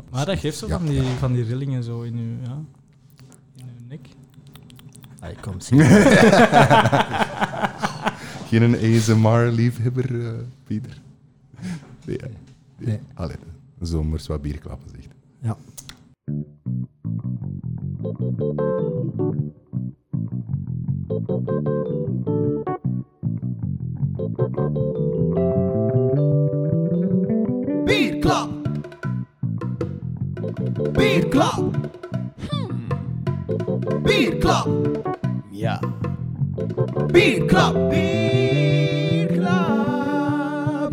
Maar dat geeft zo van die rillingen zo in uw nek. Kom, zie. Geen ASMR-liefhebber, Pieter? Nee. Allee, zomers wat bierklappen, zegt. Ja. Bierklap! Bierklap! Bierklap! Ja. Bierklap! Bierklap!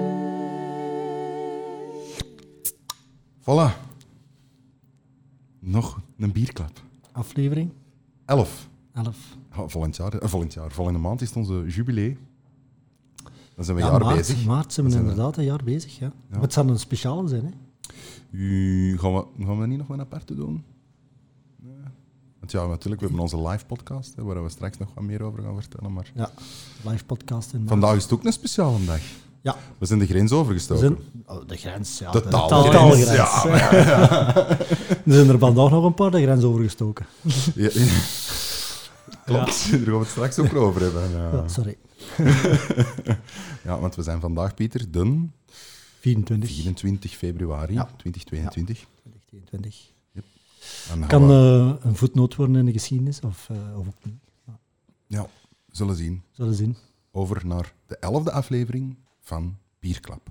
Voilà. Nog een bierklap. Aflevering 11. 11. Volgende maand is het onze jubilee. Dan zijn we een jaar bezig. Maart zijn we inderdaad een jaar bezig, ja. Maar het zal een speciale zijn, hè? Gaan we niet nog een aparte doen? Nee. Want ja, natuurlijk, we hebben onze live podcast, hè, waar we straks nog wat meer over gaan vertellen. Maar Ja, live podcast in maart. vandaag is het ook een speciale dag. Ja. We zijn de grens overgestoken. De grens, ja. De taalgrens. taalgrens. Ja. Er zijn er vandaag nog een paar de grens overgestoken. Ja. Klopt, daar gaan we het straks ook over hebben. Ja. Sorry. Ja, want we zijn vandaag, Pieter, de 24 februari 2022. Ja, 2022. En dan Kan gaan we- een voetnoot worden in de geschiedenis, of ook niet. Ja, zullen zien. Zullen zien. Over naar de 11e aflevering van Bierklap.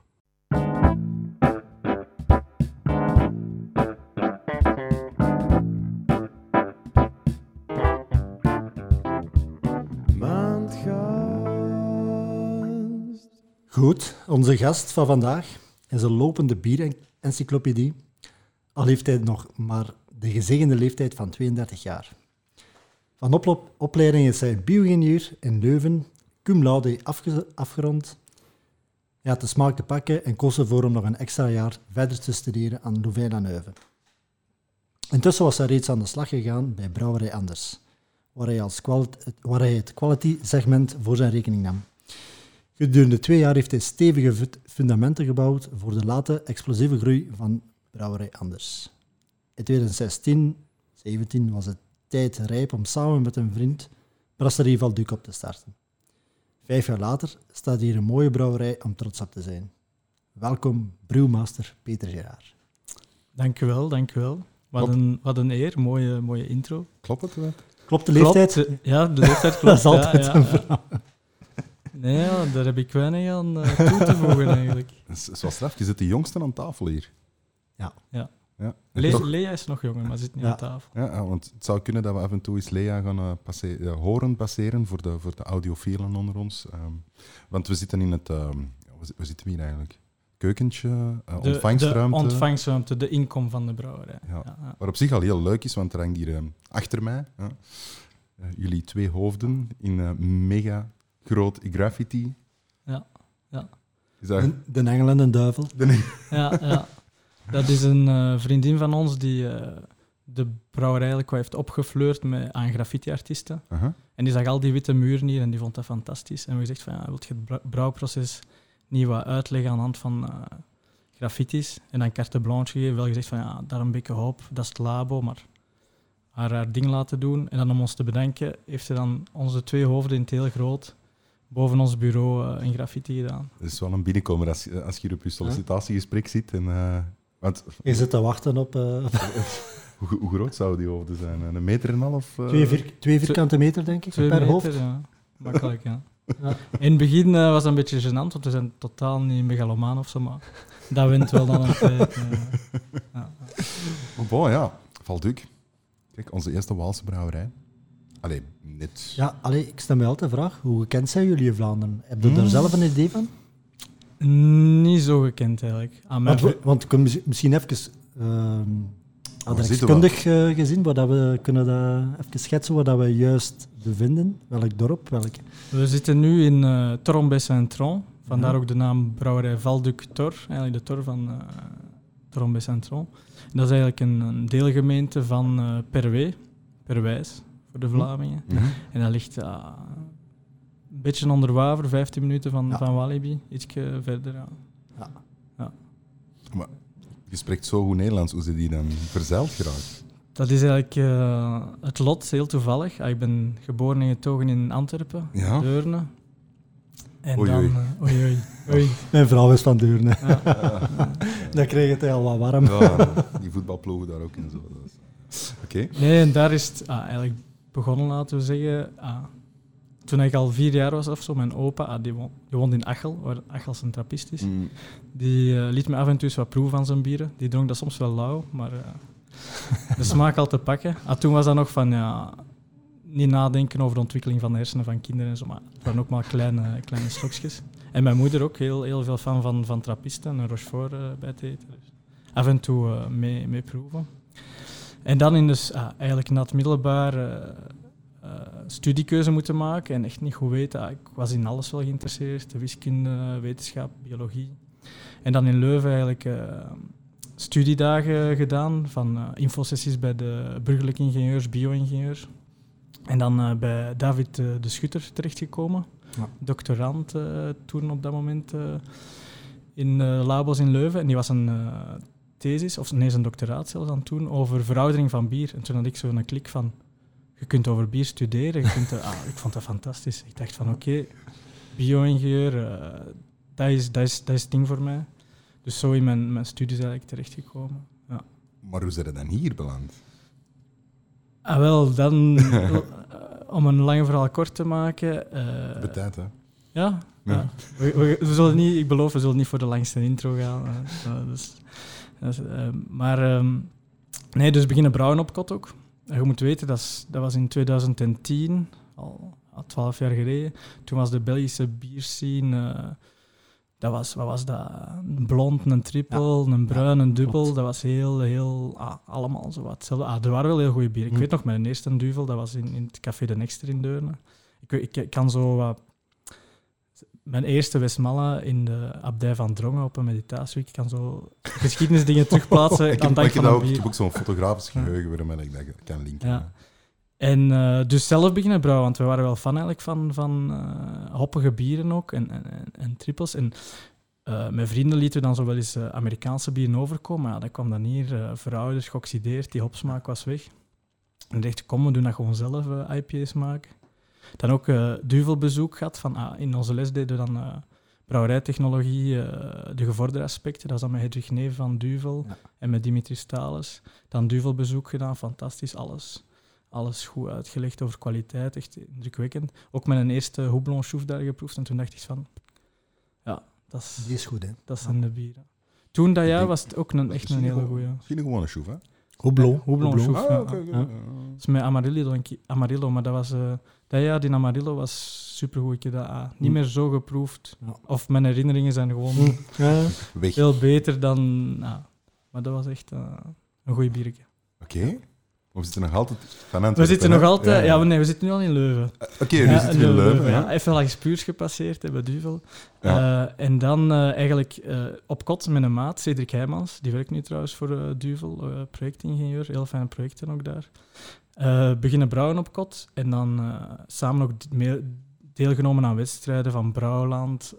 Maandgast. Goed, onze gast van vandaag is een lopende bierencyclopedie. Al heeft hij nog maar de gezegende leeftijd van 32 jaar. Van opleiding is hij bio-ingenieur in Leuven, cum laude afgerond. Hij had de smaak te pakken en koos ervoor om nog een extra jaar verder te studeren aan Louvain-la-Neuve. Intussen was hij reeds aan de slag gegaan bij Brouwerij Anders, waar hij het quality-segment voor zijn rekening nam. Gedurende 2 jaar heeft hij stevige fundamenten gebouwd voor de late explosieve groei van Brouwerij Anders. In 2016-17 was het tijd rijp om samen met een vriend Brasserie Valduc op te starten. 5 jaar later staat hier een mooie brouwerij om trots op te zijn. Welkom, brewmaster Peter Geraert. Dank u wel. Wat een eer, mooie intro. Klopt het? Wel? Klopt de leeftijd? Klopt, ja, de leeftijd klopt. Dat is altijd ja, een ja. verhaal. Nee, ja, daar heb ik weinig aan toe te voegen eigenlijk. Dat is wel straf. Je zit de jongste aan tafel hier. Ja. Ja. Lea is nog jonger, maar zit niet aan tafel. Ja, want het zou kunnen dat we af en toe eens Lea gaan horen passeren voor de audiofielen onder ons. Want we zitten in het... we zitten hier eigenlijk? Keukentje, ontvangstruimte. De ontvangstruimte, de inkom van de brouwerij. Ja. Ja. Wat op zich al heel leuk is, want er hangt hier achter mij jullie 2 hoofden in mega groot graffiti. Ja. Is dat... De engel en de duivel. Ja. Dat is een vriendin van ons die de brouwerij eigenlijk wat heeft opgefleurd aan graffiti-artiesten. Uh-huh. En die zag al die witte muren hier en die vond dat fantastisch. En we gezegd van, wilt je het brouwproces niet wat uitleggen aan de hand van graffitis? En dan carte blanche gegeven, wel gezegd van, daar een beetje hoop, dat is het labo, maar haar ding laten doen. En dan om ons te bedanken, heeft ze dan onze 2 hoofden in het heel groot boven ons bureau een graffiti gedaan. Dat is wel een binnenkomer als je hier op je sollicitatiegesprek zit. En, want, Je zit te wachten op... hoe groot zouden die hoofden zijn? 1,5 meter? 2 vierkante meter, denk ik, 2 per meter, hoofd. ja. Makkelijk, ja. Ja. In het begin was het een beetje gênant, want we zijn totaal niet megalomaan of zo, maar dat wint wel dan een tijd. Ja. Oh, bon, ja. Valduc. Kijk, onze eerste Waalse brouwerij. Allee, net. Ja, ik stel me altijd de vraag, hoe gekend zijn jullie in Vlaanderen? Heb je daar zelf een idee van? Niet zo gekend eigenlijk. Want ik kan misschien even adreskundig gezien, waar dat we kunnen dat even schetsen waar dat we juist bevinden. Welk dorp? We zitten nu in Toron-Saint-Tron, vandaar ook de naam brouwerij Valduc-Tor, eigenlijk de Tor van Toron-Saint-Tron. Dat is eigenlijk een deelgemeente van Perwijs, voor de Vlamingen. Mm-hmm. En dat ligt een beetje onder Waver, 15 minuten van Walibi, iets verder. Ja. Maar Je spreekt zo goed Nederlands, hoe ze die dan verzeild geraakt? Dat is eigenlijk het lot, heel toevallig. Ik ben geboren en getogen in Antwerpen, Ja? Deurne. En Oei, dan... oei. Oei. Mijn vrouw is van Deurne. Ja. Dan kreeg het al wat warm. Ja, die voetbalploegen daar ook en zo. Oké. Nee, en daar is het eigenlijk begonnen, laten we zeggen. Toen ik al 4 jaar was of zo, mijn opa, die woonde in Achel, waar Achels een trappist is. Mm. Die liet me af en toe eens wat proeven van zijn bieren. Die dronk dat soms wel lauw, maar de smaak al te pakken. Toen was dat nog van, niet nadenken over de ontwikkeling van de hersenen van kinderen en zo, maar het waren ook maar kleine slokjes. En mijn moeder ook, heel veel fan van trappisten en Rochefort bij te eten. Dus af en toe mee proeven. En dan eigenlijk na het middelbaar studiekeuze moeten maken en echt niet goed weten. Ik was in alles wel geïnteresseerd, wiskunde, wetenschap, biologie. En dan in Leuven eigenlijk studiedagen gedaan van infosessies bij de burgerlijke ingenieurs, bio-ingenieurs. En dan bij David de Schutter terechtgekomen, doctorant toen op dat moment in Labos in Leuven. En die was een thesis, of nee, zijn doctoraat zelfs aan toen, over veroudering van bier. En toen had ik zo'n klik van, je kunt over bier studeren. Je kunt ik vond dat fantastisch. Ik dacht van oké, bio-ingenieur, dat is het ding voor mij. Dus zo in mijn studies eigenlijk terechtgekomen. Ja. Maar hoe zijn er dan hier beland? Wel, dan, om een lange verhaal kort te maken... Betijd, hè? Ja. Ja. We zullen niet, ik beloof, we zullen niet voor de langste intro gaan. Nee, dus beginnen brouwen op kot ook. En je moet weten, dat was in 2010, al 12 jaar geleden. Toen was de Belgische bierscene... wat was dat? Een blond, een triple, een bruin, een dubbel. Klopt. Dat was heel allemaal zo wat hetzelfde. Er waren wel heel goede bieren. Ik weet nog, mijn eerste duvel, dat was in het Café de Nexter in Deurne. Ik kan zo wat... Mijn eerste Westmalle in de abdij van Drongen op een meditatieweek. Ik kan zo geschiedenisdingen terugplaatsen aan dank van een Ik bier. heb ook zo'n fotografisch geheugen waarmee ik dat kan linken. Ja. En dus zelf beginnen brouwen, want we waren wel fan eigenlijk van hoppige bieren ook en trippels. En mijn vrienden lieten we dan zo wel eens Amerikaanse bieren overkomen. Maar ja, dat kwam dan hier verouderd, geoxideerd, die hopsmaak was weg. En ik dacht, kom, we doen dat gewoon zelf, IPA's maken. Dan ook duvelbezoek gehad. In onze les deden we dan brouwerijtechnologie, de gevorderde aspecten. Dat was dan met Hedwig Neef van Duvel en met Dimitri Stales. Dan duvelbezoek gedaan, fantastisch, alles goed uitgelegd over kwaliteit, echt indrukwekkend. Ook met een eerste Houblon Chouf daar geproefd en toen dacht ik van, ja, Die is goed, hè? dat zijn de bieren. Toen dat jaar was het ook echt een hele goeie. Misschien een gewone chouf, hè? Houblon. Houblon Chouf, Ah, ja. oké. Ja. Dat is met Amarillo, maar dat was... dat jaar, die Amarillo was supergoed. Ik heb dat niet meer zo geproefd. Ja. Of mijn herinneringen zijn gewoon Ja. Weg. veel beter dan... maar dat was echt een goeie biertje. Oké. We zitten nog altijd van We Antwerpen, zitten nog hè? altijd... Ja, nee, we zitten nu al in Leuven. Oké, nu zitten we in Leuven. Ja, hè? even langs Puurs gepasseerd bij Duvel. Ja. En dan eigenlijk op kot met een maat, Cedric Heijmans. Die werkt nu trouwens voor Duvel, projectingenieur. Heel fijne projecten ook daar. Beginnen brouwen op kot. En dan samen ook deelgenomen aan wedstrijden van Brouwland,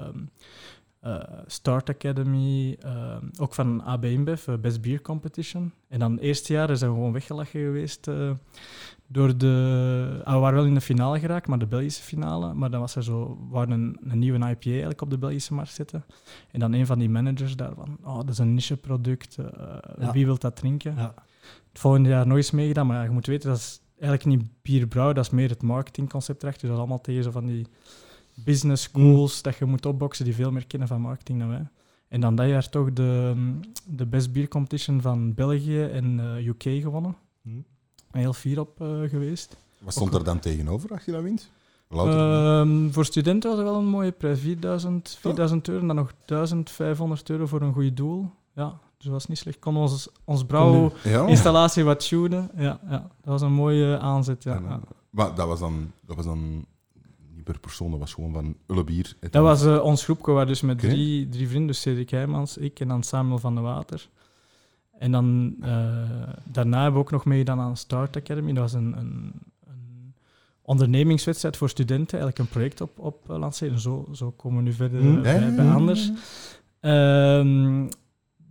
Start Academy, ook van AB InBev, Best Beer Competition. En dan het eerste jaar zijn we gewoon weggelachen geweest door de... we waren wel in de finale geraakt, maar de Belgische finale. Maar dan was er zo... We waren een nieuwe IPA eigenlijk op de Belgische markt zetten. En dan een van die managers daarvan, dat is een niche-product, wie wil dat drinken? Ja. Het volgende jaar nog eens meegedaan, maar je moet weten, dat is eigenlijk niet bier brouwen, dat is meer het marketingconcept erachter. Dus dat is allemaal tegen zo van die business schools dat je moet opboksen, die veel meer kennen van marketing dan wij. En dan dat jaar toch de Best Beer Competition van België en UK gewonnen. Heel fier op geweest. Wat stond er dan tegenover als je dat wint? Voor studenten was het wel een mooie prijs. 4.000 euro en dan nog €1.500 voor een goed doel. Ja, dus dat was niet slecht. Kon ons brouwinstallatie wat tunen. Ja, dat was een mooie aanzet. Ja. Maar dat was dan niet per persoon, dat was gewoon van Ullebier. Dat was ons groepje, we waren dus met drie vrienden, dus Cedric Heijmans, ik en dan Samuel van der Water. En dan daarna hebben we ook nog meegedaan aan Start Academy. Dat was een ondernemingswedstrijd voor studenten, eigenlijk een project op lanceren. Zo komen we nu verder bij anders.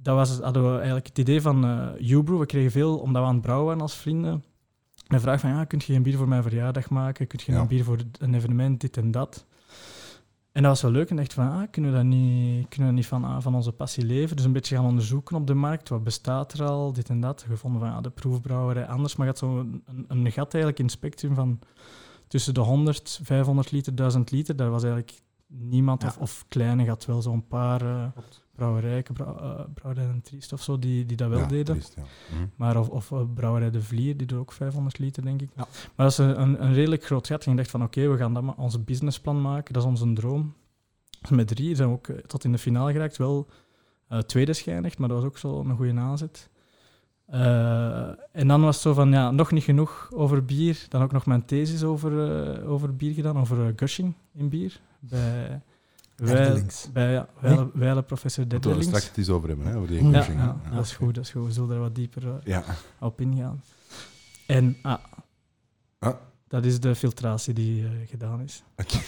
hadden we eigenlijk het idee van Ubrew. We kregen veel, omdat we aan het brouwen waren als vrienden, de vraag van, kun je geen bier voor mijn verjaardag maken? Kun je een bier voor een evenement, dit en dat? En dat was wel leuk en dacht van, kunnen we dat niet van onze passie leven? Dus een beetje gaan onderzoeken op de markt, wat bestaat er al, dit en dat. Gevonden van, de proefbrouwerij anders, maar je had zo een gat eigenlijk in het spectrum van tussen de 100, 500 liter, 1000 liter. Daar was eigenlijk niemand, of kleine, had wel zo'n paar brouwerij en Triest of zo, die dat wel deden. Triest, ja. Maar of brouwerij De Vlier, die doet ook 500 liter, denk ik. Ja. Maar dat is een redelijk groot gat. En ik dacht van, oké, we gaan dat maar ons businessplan maken. Dat is onze droom. Dus met 3 zijn we ook tot in de finale geraakt. Wel tweede geëindigd, maar dat was ook zo een goede aanzet. En dan was het zo van, nog niet genoeg over bier. Dan ook nog mijn thesis over bier gedaan, over gushing in bier. Bij Weile professor Derdelings. Moeten we er straks het eens over hebben, hè? Over die gushing. Ja, dat is goed. We zullen er wat dieper op ingaan. En dat is de filtratie die gedaan is. Okay.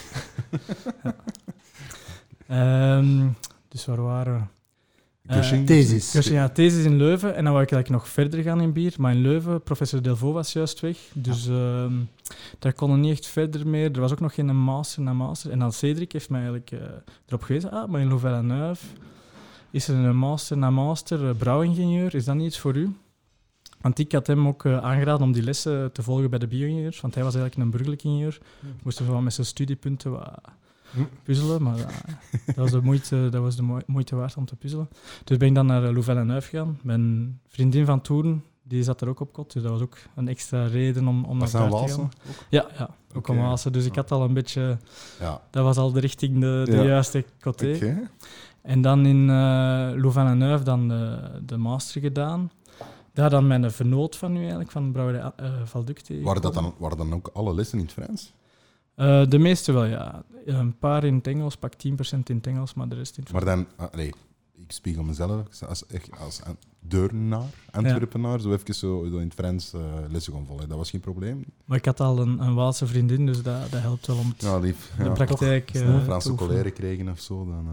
Dus waar waren we? Thesis. Thesis in Leuven. En dan wou ik eigenlijk nog verder gaan in bier. Maar in Leuven, professor Delvaux was juist weg. Dus daar konden niet echt verder meer. Er was ook nog geen master. En dan Cedric heeft mij eigenlijk erop gewezen. Maar in Louvain-la-Neuve is er een master brouwingenieur. Is dat niet iets voor u? Want ik had hem ook aangeraden om die lessen te volgen bij de bio-ingenieurs. Want hij was eigenlijk een burgerlijk ingenieur. Moest er zo met zijn studiepunten puzzelen, maar dat was de moeite waard om te puzzelen. Dus ben ik dan naar Louvain-la-Neuve gegaan. Mijn vriendin van toen, die zat er ook op kot, dus dat was ook een extra reden om naar daar te gaan. Ja, ook om Waalse. Dus ik had al een beetje... Ja. Dat was al de richting de juiste côté. Okay. En dan in Louvain-la-Neuve dan de master gedaan. Daar dan mijn vernoot van nu eigenlijk, van brouwerij Valduc. Waren dan ook alle lessen in het Frans? De meeste wel, ja. Een paar in het Engels, pak 10% in het Engels, maar de rest in het Frans. Maar dan, ik spiegel mezelf als Deurnaar, Antwerpenaar, zo even zo in het Frans lessen gaan volgen. Dat was geen probleem. Maar ik had al een Waalse vriendin, dus dat helpt wel om de praktijk een Franse collega kregen of zo, dan...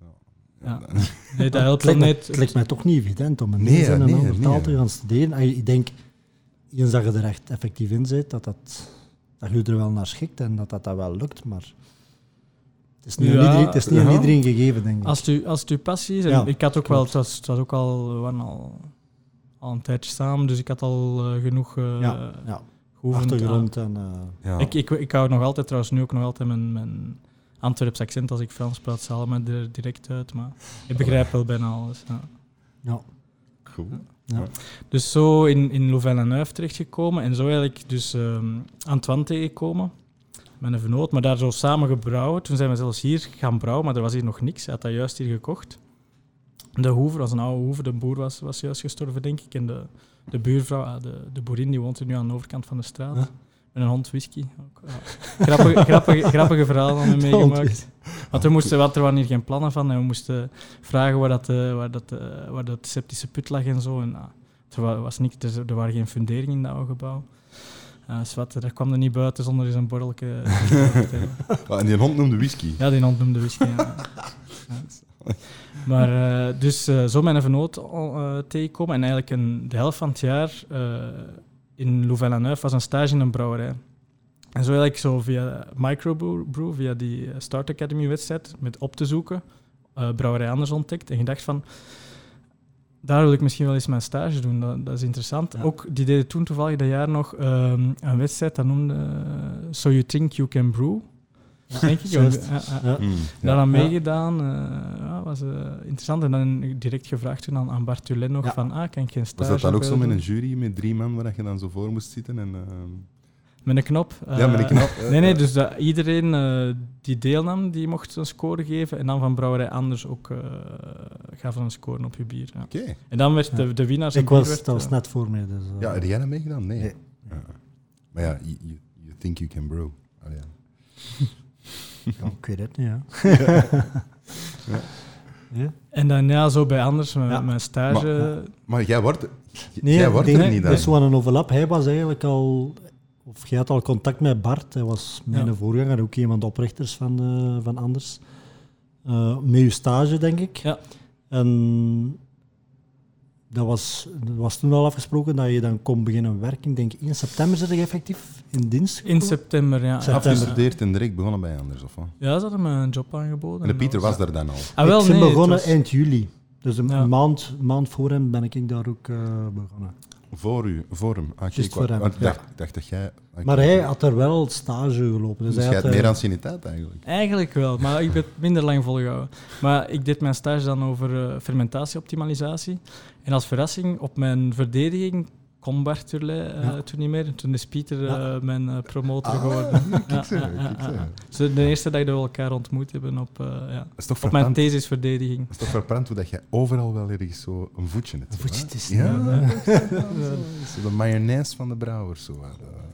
Nee, dat helpt wel niet. Het lijkt mij toch niet evident om een andere taal te gaan studeren. Ik denk, eens dat je er echt effectief in zit, dat je er wel naar schikt en dat wel lukt, maar het is niet aan iedereen gegeven, denk ik. Als het uw passie is, en ik had ook wel, het was ook al, we waren al een tijdje samen, dus ik had al genoeg geoefend. Achtergrond Ik hou nog altijd, trouwens nu ook nog altijd mijn Antwerps accent, als ik Frans praat, zal me er direct uit, maar ik begrijp wel bijna alles. Ja. Goed. Ja. Dus zo in Louvain-la-Neuve terechtgekomen en zo eigenlijk dus Antoine tegengekomen, met een vernoot, maar daar zo samen gebrouwen. Toen zijn we zelfs hier gaan brouwen, maar er was hier nog niks. Hij had dat juist hier gekocht. De hoever was een oude hoever, de boer was juist gestorven, denk ik. En de buurvrouw, de boerin, die woont er nu aan de overkant van de straat. Huh? Met een hond whisky. Ook, grappige verhalen hadden we meegemaakt. Want er waren hier geen plannen van en we moesten vragen waar dat septische put lag en zo. En, er was niks, er waren geen funderingen in dat oude gebouw. Daar kwam er niet buiten zonder eens een borreltje te hebben. En die hond noemde whisky? Ja, die hond noemde whisky, ja. Maar dus zo mijn vernoot tegenkomen en eigenlijk de helft van het jaar... in Louvain-la-Neuve was een stage in een brouwerij. En zo eigenlijk via Microbrew, via die Start Academy-wedstrijd, met op te zoeken, brouwerij anders ontdekt. En gedacht van, daar wil ik misschien wel eens mijn stage doen. Dat is interessant. Ja. Ook, die deden toen toevallig dat jaar nog een wedstrijd, dat noemde So You Think You Can Brew. Denk ik. Daar aan meegedaan. Was interessant. En dan direct gevraagd toen aan Bart Tullen nog van, kan ik geen stage... Was dat dan ook zo met een jury, met 3 man, waar je dan zo voor moest zitten? En, met een knop. Met een knop. Nee, dus iedereen die deelnam, die mocht een score geven. En dan van brouwerij anders ook gaf een score op je bier. Ja. Okay. En dan werd de winnaar... Dat was net voor mij. Dus, heb jij dat meegedaan? Nee. Ja. Maar ja, you think you can brew. Oh, ja. Ja, ik weet het niet, ja. Ja. En dan zo bij anders, mijn stage... Maar jij wordt er niet dan? Dus zo'n overlap. Hij was eigenlijk al... Of jij had al contact met Bart. Hij was mijn voorganger, ook een van de oprichters van Anders. Met uw stage, denk ik. Ja. En dat was toen al afgesproken dat je dan kon beginnen werken. Ik denk 1 september zit je effectief in dienst In gekomen? september, ja. September. Afgestudeerd en direct begonnen bij Anders, of wat? Ja, ze hadden me een job aangeboden. En de Pieter was daar dan al. Ah, wel, Ik ben nee, het begonnen was- eind juli. Dus een Ja. maand voor hem ben ik daar ook begonnen. Voor hem. Ah, Juist voor hem, want ik ja. dacht dat jij... Maar hij had er wel stage gelopen. Dus hij jij had, had meer anciëniteit eigenlijk. Eigenlijk wel, maar ik ben het minder lang volgehouden. Maar ik deed mijn stage dan over fermentatieoptimalisatie. En als verrassing, op mijn verdediging kon Bart Turley toen niet meer. Toen is Pieter mijn promotor geworden. Kijk zo, kijk zo. Dus de eerste dag dat we elkaar ontmoet hebben op is toch mijn verpand? thesisverdediging. Het is toch verpand hoe dat jij overal wel ergens zo een voetje hebt. Een zo, voetje hè? is- Ja, zo de mayonaise van de brouwers. Zo,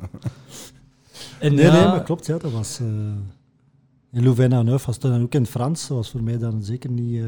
En Nee, ja, maar klopt. Ja, dat was... in Louvain-la-Neuve was toen dan ook in het Frans. Dat was voor mij dan zeker niet...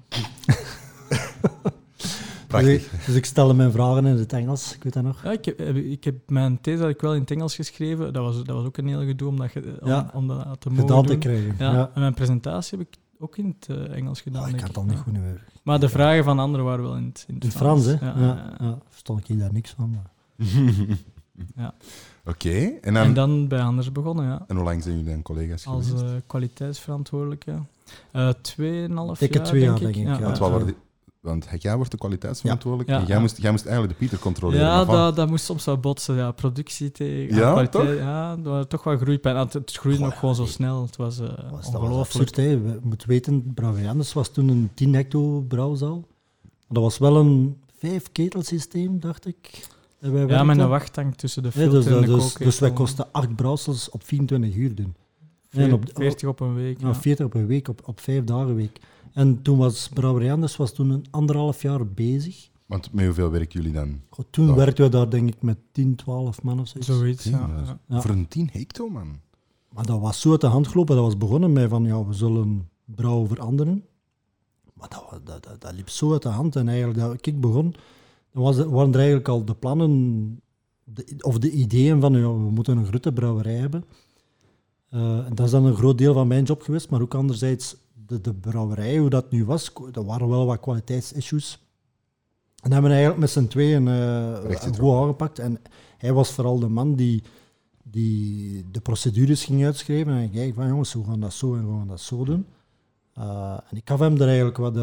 Prachtig. Dus ik stelde mijn vragen in het Engels. Ik weet dat nog. ja, ik heb mijn these had ik wel in het Engels geschreven. Dat was ook een heel gedoe om dat, om dat te mogen Gedaan te doen. krijgen. Ja. Ja. En mijn presentatie heb ik ook in het Engels gedaan. Oh, ik denk kan het al niet goed meer. Maar de vragen van anderen waren wel in het In het Frans, hè? Ja, Ja. Verstond ik daar niks van. Maar... Ja. Oké, en En dan... dan bij Anders begonnen, ja. En hoe lang zijn jullie dan collega's Als geweest? kwaliteitsverantwoordelijke. 2,5 jaar, Dikke 2 jaar, denk ik. Ja. Want, wat waren die- want jij wordt de kwaliteitsverantwoordelijk Ja. en jij moest eigenlijk de Pieter controleren. Ja, of wat? dat moest soms wel botsen. Ja. Productie tegen Ja, kwaliteit. toch? Ja, dat was toch wel groeipijn. Het groeide nog gewoon zo snel. Het was Dat was ongelooflijk. absurd. Hè. Je moet weten, Brouwerianders was toen een 10 hecto brouwzaal. Dat was wel een 5 ketelsysteem, dacht ik. En wij Ja, werkten. met een wachttank tussen de Ja, filter en de dus kookketel. wij kosten 8 brouwsels op 24 uur doen. En op 40 op een week. Ja, Ja. 40 op een week, op 5 dagen een week. En toen was Brouwerianders was toen een 1,5 jaar bezig. Want met hoeveel werken jullie dan? Goh, toen Ja. werkten we daar denk ik met 10, 12 man of zoiets. Zoiets, Ja, ja. dat is- Ja. Ja. Voor een 10 hecto, man. Maar dat was zo uit de hand gelopen. Dat was begonnen met van, ja, we zullen brouwen voor anderen. Maar dat liep zo uit de hand. En eigenlijk, dat ik begon, dan waren er eigenlijk al de plannen, of de ideeën van, ja, we moeten een grote brouwerij hebben. En dat is dan een groot deel van mijn job geweest. Maar ook anderzijds, de brouwerij, hoe dat nu was, er waren wel wat kwaliteitsissues. En hebben we eigenlijk met z'n tweeën goed aangepakt. En hij was vooral de man die de procedures ging uitschrijven. En ik kijk van, jongens, we gaan dat zo en we gaan dat zo doen. En ik gaf hem er eigenlijk wat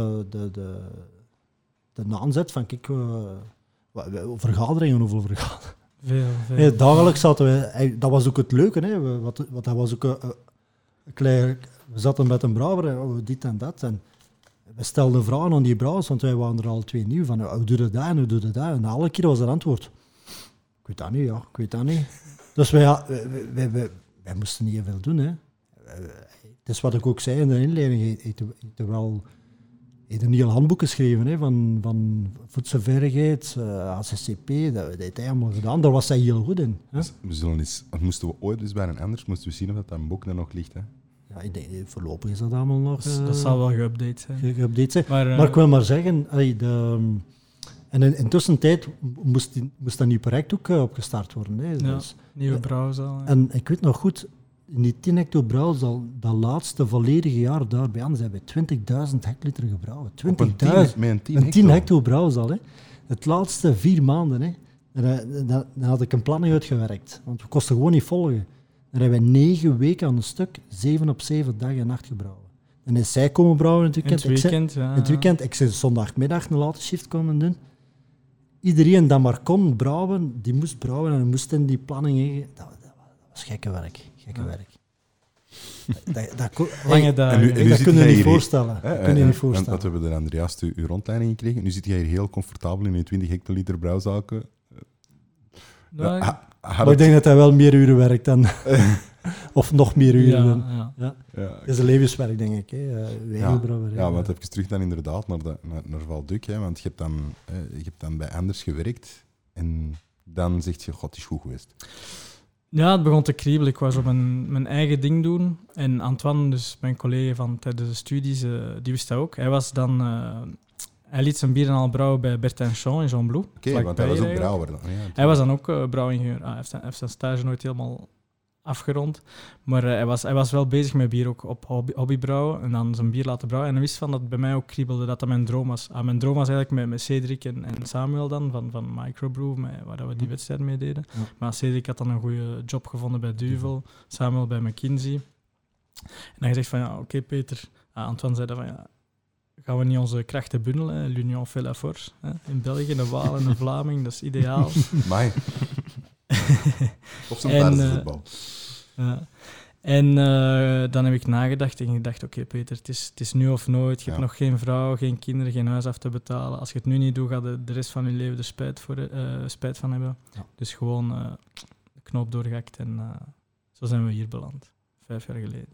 de aanzet van, kijk, vergaderingen, hoeveel vergaderingen. Veel. Nee, dagelijks zaten we, dat was ook het leuke, hè, wat dat was ook een klein, we zaten met een brouwer, en dit en dat. En we stelden vragen aan die brouwers, want wij waren er al 2 nieuw van, hoe doe je dat en hoe doe je dat? En alle keer was het antwoord, ik weet dat niet, ja, ik weet dat niet. Dus wij moesten niet veel doen, hè. Het is wat ik ook zei in de inleiding, je heeft een heel handboek geschreven, hè, van voedselveiligheid, ACCP, dat heeft hij allemaal gedaan. Daar was hij heel goed in. Hè. Dus we zullen eens, of moesten we ooit dus bij een anders, moesten we zien of dat boek er nog ligt. Hè? Ja, ik denk, voorlopig is dat allemaal nog Dat zal wel geüpdate zijn. geüpdate zijn. Maar, Maar ik wil maar zeggen, en intussen tijd moest dat nieuw project ook opgestart worden. Hè. Ja. Dus, nieuwe brouwzaal. en ik weet nog goed, in die 10 hecto brouwzaal, dat laatste volledige jaar daar bij ons hebben we 20.000 hectoliter gebrouwen. 20.000. Met een 10 Een 10 hecto brouwzaal. Hè. Het laatste 4 maanden. Hè. Dan had ik een planning uitgewerkt. Want we kosten gewoon niet volgen. Dan hebben we 9 weken aan een stuk, 7 op 7 dag en nacht gebrouwen. En is zij komen brouwen in het In weekend. het weekend, ja. In het weekend, ik zei zondagmiddag een late shift komen doen. Iedereen dat maar kon brouwen, die moest brouwen en moest in die planning heen. Dat was gekke werk. Lange dagen. En nu dat zit kun je jij niet hier- voorstellen. Dat kun je niet voorstellen. Want we hebben er Andreas uw rondleiding gekregen. Nu zit jij hier heel comfortabel in je 20 hectoliter brouwzaalke. Nou, Maar ik denk dat hij wel meer uren werkt dan... of nog meer uren dan... ja. Ja. Ja, Dat is een levenswerk, denk ik. Hè. Wijnbrouwerij. ja, want even terug dan inderdaad naar Valduc. Hè, want je hebt dan bij Anders gewerkt en dan zeg je, god, het is goed geweest. Ja, het begon te kriebelen. Ik was op mijn eigen ding doen. En Antoine, dus mijn collega van tijdens de studies, die wist dat ook. Hij was dan... hij liet zijn bier dan al brouwen bij Bertin-Champ in Jean-Blou. Oké, want hij was ook brouwer dan. Ja, Hij was dan ook brouwingenieur. Hij heeft zijn stage nooit helemaal afgerond. Maar hij was wel bezig met bier ook op hobbybrouwen en dan zijn bier laten brouwen. En hij wist van dat het bij mij ook kriebelde, dat mijn droom was. Mijn droom was eigenlijk met Cedric en Samuel dan, van Microbrew, waar we die wedstrijd mee deden. Ja. Maar Cedric had dan een goede job gevonden bij Duvel, Samuel bij McKinsey. En dan gezegd van, ja, oké, Peter. Antoine zei dan van, ja, gaan we niet onze krachten bundelen? L'Union fait la force. In België, een Waal en een Vlaming, dat is ideaal. Mai. Of zo'n paardenvoetbal. En dan heb ik nagedacht en gedacht, oké, Peter, het is nu of nooit. Je hebt nog geen vrouw, geen kinderen, geen huis af te betalen. Als je het nu niet doet, ga je de rest van je leven er spijt van hebben. Ja. Dus gewoon de knoop doorgehakt en zo zijn we hier beland. 5 jaar geleden.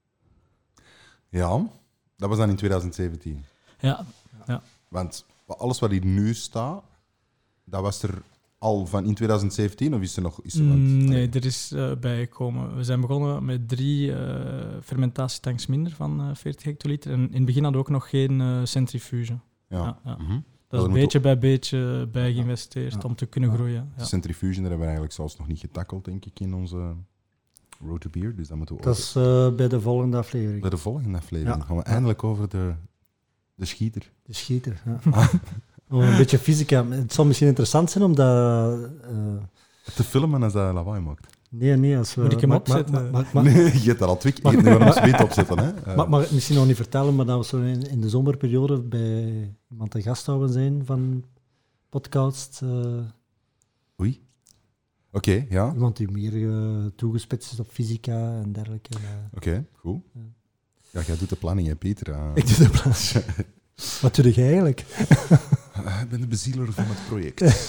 Ja, dat was dan in 2017. Ja. Want alles wat hier nu staat, dat was er al van in 2017 of is er nog... Nee, er is bijgekomen. We zijn begonnen met 3 fermentatietanks minder van 40 hectoliter. En in het begin hadden we ook nog geen centrifuge. Ja. Mm-hmm. Dat is beetje bij beetje bij geïnvesteerd om te kunnen groeien. Ja. Centrifuge, daar hebben we eigenlijk zelfs nog niet getackeld, denk ik, in onze Road to Beer. Dus dat moeten we dat is bij de volgende aflevering. Bij de volgende aflevering gaan we eindelijk over de schieter. De schieter, ja. Een beetje fysica. Het zal misschien interessant zijn om dat... te filmen als dat lawaai maakt. Nee, als we... Moet ik hem opzetten? Nee, je hebt dat al 2 keer. Nu gaan we hem speed opzetten. Hè. Maar misschien nog niet vertellen, maar dat we zo in de zomerperiode bij iemand te gasthouder zijn van podcast. Oei. Oké, ja. Iemand die meer toegespitst is op fysica en dergelijke. Oké, goed. Ja, jij doet de planning, hè, Peter? Ik doe de planning. Wat doe je eigenlijk? Ik ben de bezieler van het project.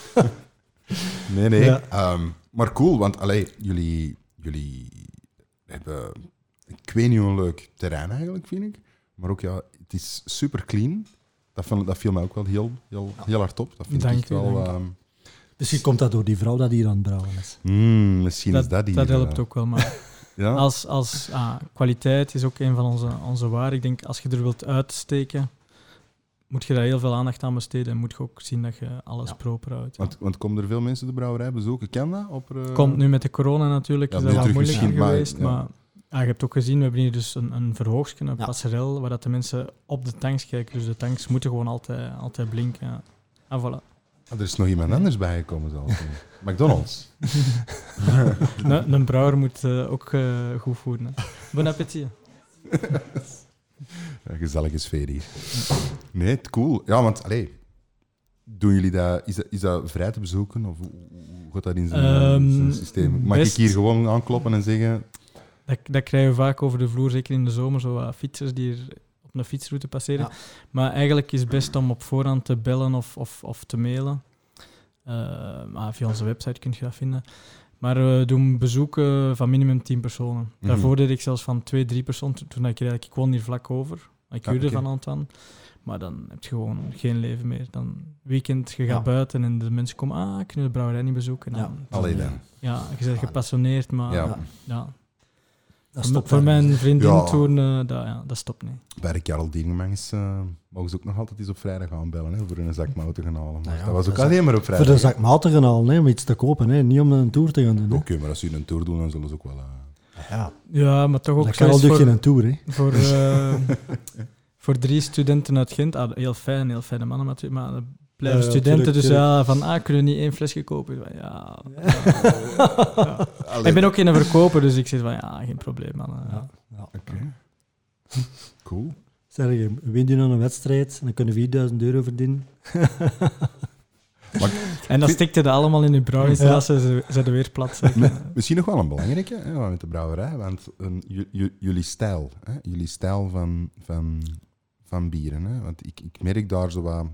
Nee. Ja. Maar cool, want jullie hebben, ik weet niet hoe leuk terrein eigenlijk, vind ik. Maar ook, ja, het is super clean. Dat viel mij ook wel heel hard op. Dat vind ik echt wel... Misschien komt dat door die vrouw dat hier aan het brouwen is. Misschien is dat hier. Dat helpt ook wel, maar... Ja? Als kwaliteit is ook een van onze waarden. Ik denk, als je er wilt uitsteken, moet je daar heel veel aandacht aan besteden en moet je ook zien dat je alles proper houdt. Want komen er veel mensen de brouwerij bezoeken? Ken dat? Komt nu met de corona natuurlijk, is dat wat moeilijker geweest. Maar je hebt ook gezien, we hebben hier dus een verhoogstje, een passerel, waar dat de mensen op de tanks kijken. Dus de tanks moeten gewoon altijd blinken. Ja. En voilà. Er is nog iemand anders bijgekomen zelfs. McDonald's. Een brouwer moet ook goed voeden. Bon appétit. Een gezellige sfeer hier. Nee, het cool. Ja, want, doen jullie dat... Is dat vrij te bezoeken? Of hoe gaat dat in zijn systeem? Mag ik hier gewoon aankloppen en zeggen... Dat krijgen we vaak over de vloer, zeker in de zomer, zo wat fietsers die er op een fietsroute passeren. Ja. Maar eigenlijk is het best om op voorhand te bellen of te mailen. Via onze website kun je dat vinden. Maar we doen bezoeken van minimum 10 personen. Daarvoor deed ik zelfs van 2-3 personen. Toen ik woon hier vlak over. Ik huurde van Antoine. Maar dan heb je gewoon geen leven meer. Dan weekend, je gaat buiten en de mensen komen... kunnen de brouwerij niet bezoeken. Alleen dan. Ja, je bent gepassioneerd, maar... Ja. Dat voor mijn vriendin toen, dat stopt niet. Bij de Karel Dierenmans mogen ze ook nog altijd eens op vrijdag gaan bellen, hè, voor een zak mout te gaan halen. Maar dat was ook alleen maar op vrijdag. Voor een zak mout te gaan halen, om iets te kopen, hè. Niet om een tour te gaan doen. Oké, maar als ze een tour doen, dan zullen ze ook wel... Ja, maar toch ook... Karel doet geen tour, hè. Voor 3 studenten uit Gent, heel fijne mannen natuurlijk, maar... Blijven studenten, tuurlijk. Dus kunnen we niet 1 flesje kopen? Ja. Ik ben ook geen verkoper, dus ik zeg van geen probleem, man. Oké. Cool. Zeg je, win je dan een wedstrijd en dan kunnen we €4.000 verdienen. En dan stikte dat allemaal in je brouwinstallatie, ze zijn weer plat. Misschien nog wel een belangrijke met de brouwerij, want jullie stijl van bieren, hè? Want ik merk daar zo wat...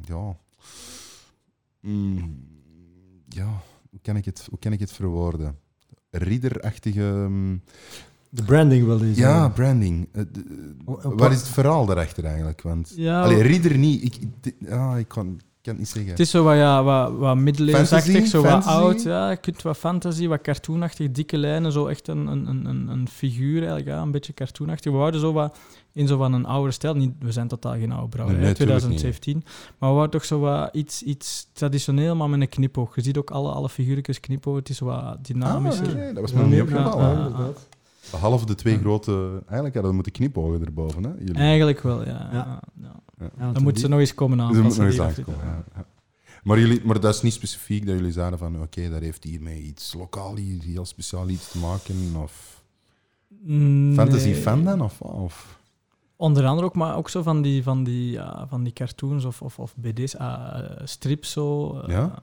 hoe kan ik het verwoorden? Ridderachtige... De branding wel eens. Ja, branding. Wat is het verhaal daarachter eigenlijk? Want, ridder niet. Ik kan kan het niet zeggen. Het is zo wat middeleeuwsachtig, zo wat Fantasy? oud. Ja, je kunt wat fantasy, wat cartoonachtig, dikke lijnen, zo echt een figuur eigenlijk, ja, een beetje cartoonachtig. We wouden zo wat in zo van een oude stijl. We zijn totaal geen oude brouwerij, Nee, 2017. Maar we wouden toch zo wat iets traditioneel, maar met een knipoog. Je ziet ook alle figuurtjes knipoog. Het is zo wat dynamischer. Oké, dat was me niet opgevallen. Ja. inderdaad. Behalve de twee grote... Eigenlijk hadden we moeten knipogen erboven, hè? Jullie. Eigenlijk wel, ja. Ja. Dan moeten ze nog eens komen Dus aanpassen. er moet nog eens langskomen. Ja. Maar dat is niet specifiek dat jullie zeiden van oké, dat heeft hiermee iets lokaal, heel speciaal iets te maken? Of fantasy fan dan? Of? Onder andere ook, maar ook zo van die cartoons of BD's, strips zo.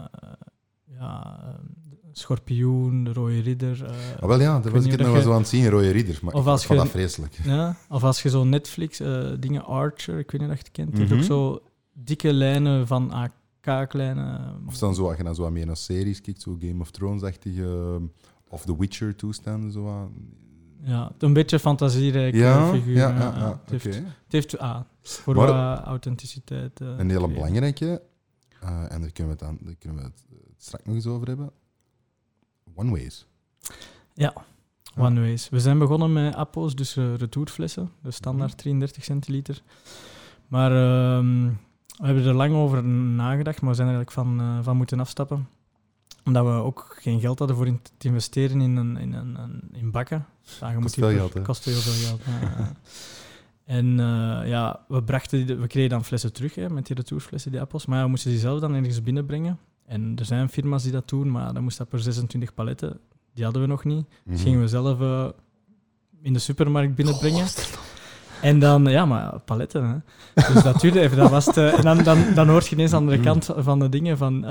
Schorpioen, de Rode Ridder. Wel ja, daar was ik het nog wel zo aan het zien, Rode Ridder. Maar Of ik als vond je- dat vreselijk. Ja, of als je zo Netflix, dingen Archer, ik weet niet of je het kent, heeft ook zo dikke lijnen van kaaklijnen. Of dan zo, als je dan zo meer naar series kijkt, zo Game of Thrones-achtige, of The Witcher-toestanden. Zo wat. Ja, een beetje fantasierijke figuur. Ja, Het heeft, oké. het heeft voor Maar- wat authenticiteit. Een hele gekregen. belangrijke, en daar kunnen we het straks nog eens over hebben. One Ways. One Ways. We zijn begonnen met Appo's, dus retourflessen, de standaard 33 centiliter. Maar we hebben er lang over nagedacht, maar we zijn er eigenlijk van moeten afstappen. Omdat we ook geen geld hadden voor te investeren in bakken. Ja, Kost veel geld, hè? Kost heel veel geld. Ja. En we kregen dan flessen terug, hè, met die retourflessen, die Appels. Maar ja, we moesten die zelf dan ergens binnenbrengen. En er zijn firma's die dat doen, maar dan moest dat per 26 paletten. Die hadden we nog niet. Dus gingen we zelf in de supermarkt binnenbrengen. En dan, ja, maar paletten, hè. Dus dat duurde even. Dat was en dan hoort je ineens aan de kant van de dingen van,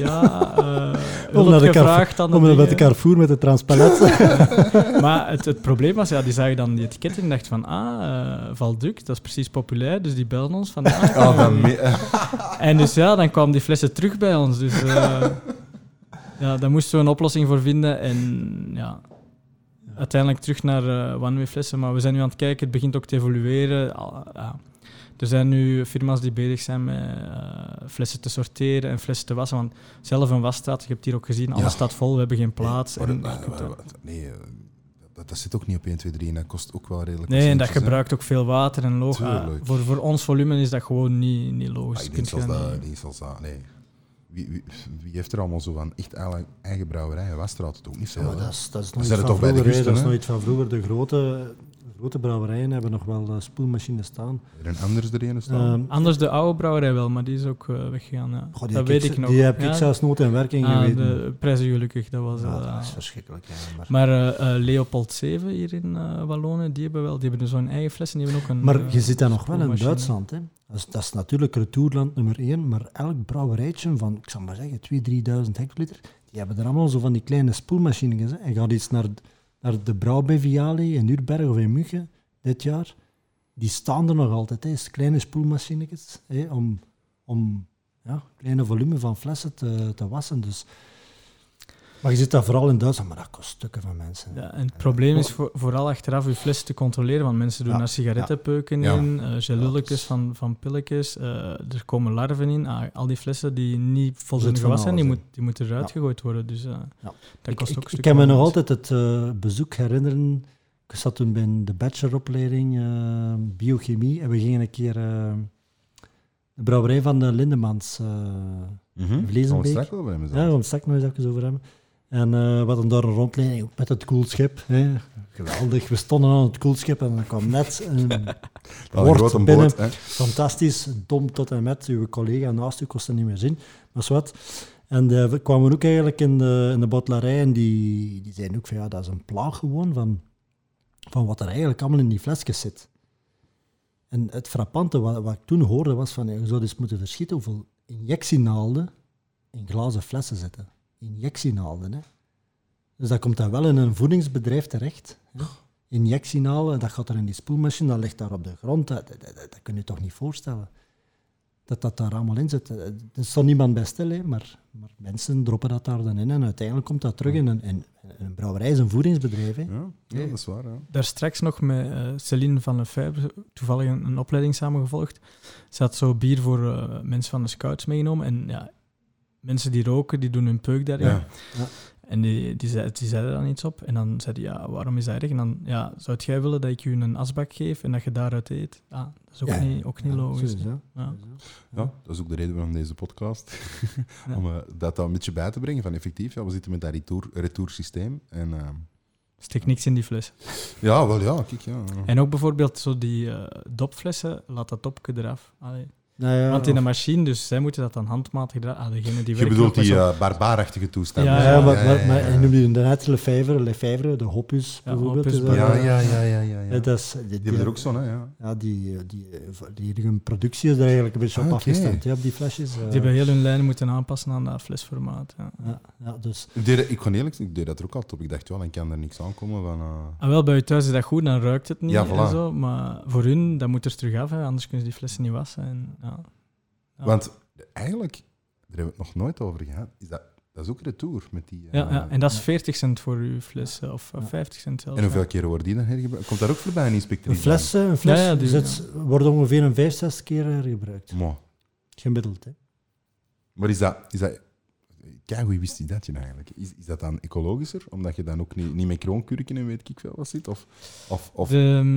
Om gevraagd aan de met de dingen. Carrefour met de transparant. Maar het probleem was, die zagen dan die etiketten en dachten van, Valduc, dat is precies populair, dus die belden ons van, En dus dan kwamen die flessen terug bij ons. Dus daar moesten we een oplossing voor vinden. En ja, uiteindelijk terug naar one-way flessen. Maar we zijn nu aan het kijken, het begint ook te evolueren. Er zijn nu firma's die bezig zijn met flessen te sorteren en flessen te wassen. Want zelf een wasstraat, je hebt hier ook gezien, alles staat vol, we hebben geen plaats. Dat zit ook niet op 1, 2, 3 en dat kost ook wel redelijk. Nee, en dat centjes, hè. gebruikt ook veel water en loog. Tuurlijk. Voor ons volume is dat gewoon niet logisch. Ik Kunt denk je zelfs niet- dat, niet zoals dat, nee. Wie heeft er allemaal zo van echt eigen brouwerij? Wasstraat het ook niet veel. Maar hè? dat is nog zijn iets er van toch bij de vroeger. Hè. Gusten, Dat is hè? nog iets van vroeger. De grote brouwerijen hebben nog wel spoelmachines staan. Er een anders er een staan. Anders de oude brouwerij wel, maar die is ook weggegaan. Ja. Goh, Dat weet ik nog. Die heb Ja? ik zelfs nooit in werking geweten. De prijzen gelukkig, dat was... Ja, dat is verschrikkelijk. Ja, Maar Leopold 7 hier in Wallonië, die hebben dus zo'n eigen flessen. Die hebben ook een, maar je zit daar nog wel in spoelmachine. Duitsland. Hè. Dat is natuurlijk retourland nummer 1, maar elk brouwerijtje van, ik zal maar zeggen, 2.000-3.000 hectoliter, die hebben er allemaal zo van die kleine spoelmachines. Hè. En gaat iets naar de brouw bij Viali in Nürnberg of in München dit jaar, die staan er nog altijd. Hè. Kleine spoelmachinetjes om kleine volume van flessen te wassen. Dus. Maar je zit daar vooral in Duitsland, maar dat kost stukken van mensen. Ja, en het probleem is vooral achteraf je fles te controleren, want mensen doen daar sigarettenpeuken in, gelulletjes van pilletjes, er komen larven in, al die flessen die niet voldoende gewassen zijn, die moeten eruit gegooid worden. Dus dat kost ook Ik kan me nog altijd het bezoek herinneren. Ik zat toen bij de bacheloropleiding biochemie en we gingen een keer de brouwerij van de Lindemans Vlezenbeek. Gaan we straks over hebben. Ja, we gaan het straks nog eens even over hebben. En we hadden daar een rondleiding ook met het koelschip. Hè. Geweldig, we stonden aan het koelschip en er kwam net een grote binnen. boot, hè. Fantastisch, dom tot en met. Uw collega naast u kost het niet meer zien. Maar zwart. En we kwamen ook eigenlijk in de botelarij en die zeiden ook van ja, dat is een plaag gewoon van wat er eigenlijk allemaal in die flesjes zit. En het frappante wat ik toen hoorde was van, je zou dus moeten verschieten hoeveel injectienaalden in glazen flessen zitten. Injectienaalden, hè. Dus dat komt dan wel in een voedingsbedrijf terecht. Hè. Injectienaalden, dat gaat er in die spoelmachine, dat ligt daar op de grond. Dat kun je toch niet voorstellen. dat daar allemaal in zit. Er stond niemand bij stil, hè, maar mensen droppen dat daar dan in en uiteindelijk komt dat terug in een brouwerij, is een voedingsbedrijf. Hè. Ja, dat is waar. Ja. Daar straks nog met Céline van Lefebvre toevallig een opleiding samengevolgd. Ze had zo bier voor mensen van de scouts meegenomen. En ja, mensen die roken, die doen hun peuk daarin. Ja. Ja. En die zeiden dan iets op. En dan zei hij, ja, waarom is dat erg? En dan, ja, zou jij willen dat ik je een asbak geef en dat je daaruit eet? Ah, dat is ook niet logisch. Sowieso. Ja. Ja, dat is ook de reden van deze podcast. Ja. Om dat een beetje bij te brengen. Van effectief, ja, we zitten met dat retoursysteem. En, Steek niks in die fles. ja, wel ja, kijk. Ja. En ook bijvoorbeeld zo die dopflessen, laat dat topje eraf. Allee. Nou ja, Want in een machine, dus zij moeten dat dan handmatig eraf. Ah, degene die Je werkt bedoelt ook die met zo- barbaarachtige toestand. Ja, Ja, ja, maar je noemde inderdaad Lefebvre, de hopus Ja, bijvoorbeeld. Hopus, is dat- Ja. Dat is, Die hebben er ook zo'n, hè? Ja. Ja, die hun productie is er eigenlijk een beetje op Oké. afgestemd, hè, op die flesjes. Die hebben heel hun lijnen moeten aanpassen aan dat flesformaat. Ja. Ja, dus... Ik ga eerlijk zijn, ik deed dat er ook altijd op. Ik dacht, ja, dan kan er niks aankomen van... Wel, bij je thuis is dat goed, dan ruikt het niet Ja, voilà. en zo. Maar voor hun, dat moet er terug af, hè, anders kunnen ze die flessen niet wassen. En, ja. Ja. Want eigenlijk, daar hebben we het nog nooit over gehad, dat is ook retour met die... Ja, en dat is 40 cent voor uw fles, of 50 cent zelfs. En hoeveel keren wordt die dan hergebruikt? Komt daar ook voorbij een inspecteur? Een fles, Ja, die- wordt ongeveer een 5-6 keer hergebruikt. Maar, Gemiddeld, hè. maar is dat kijk, hoe wist hij dat je eigenlijk? Is dat dan ecologischer? Omdat je dan ook niet met kroonkurken en weet ik veel wat zit? Of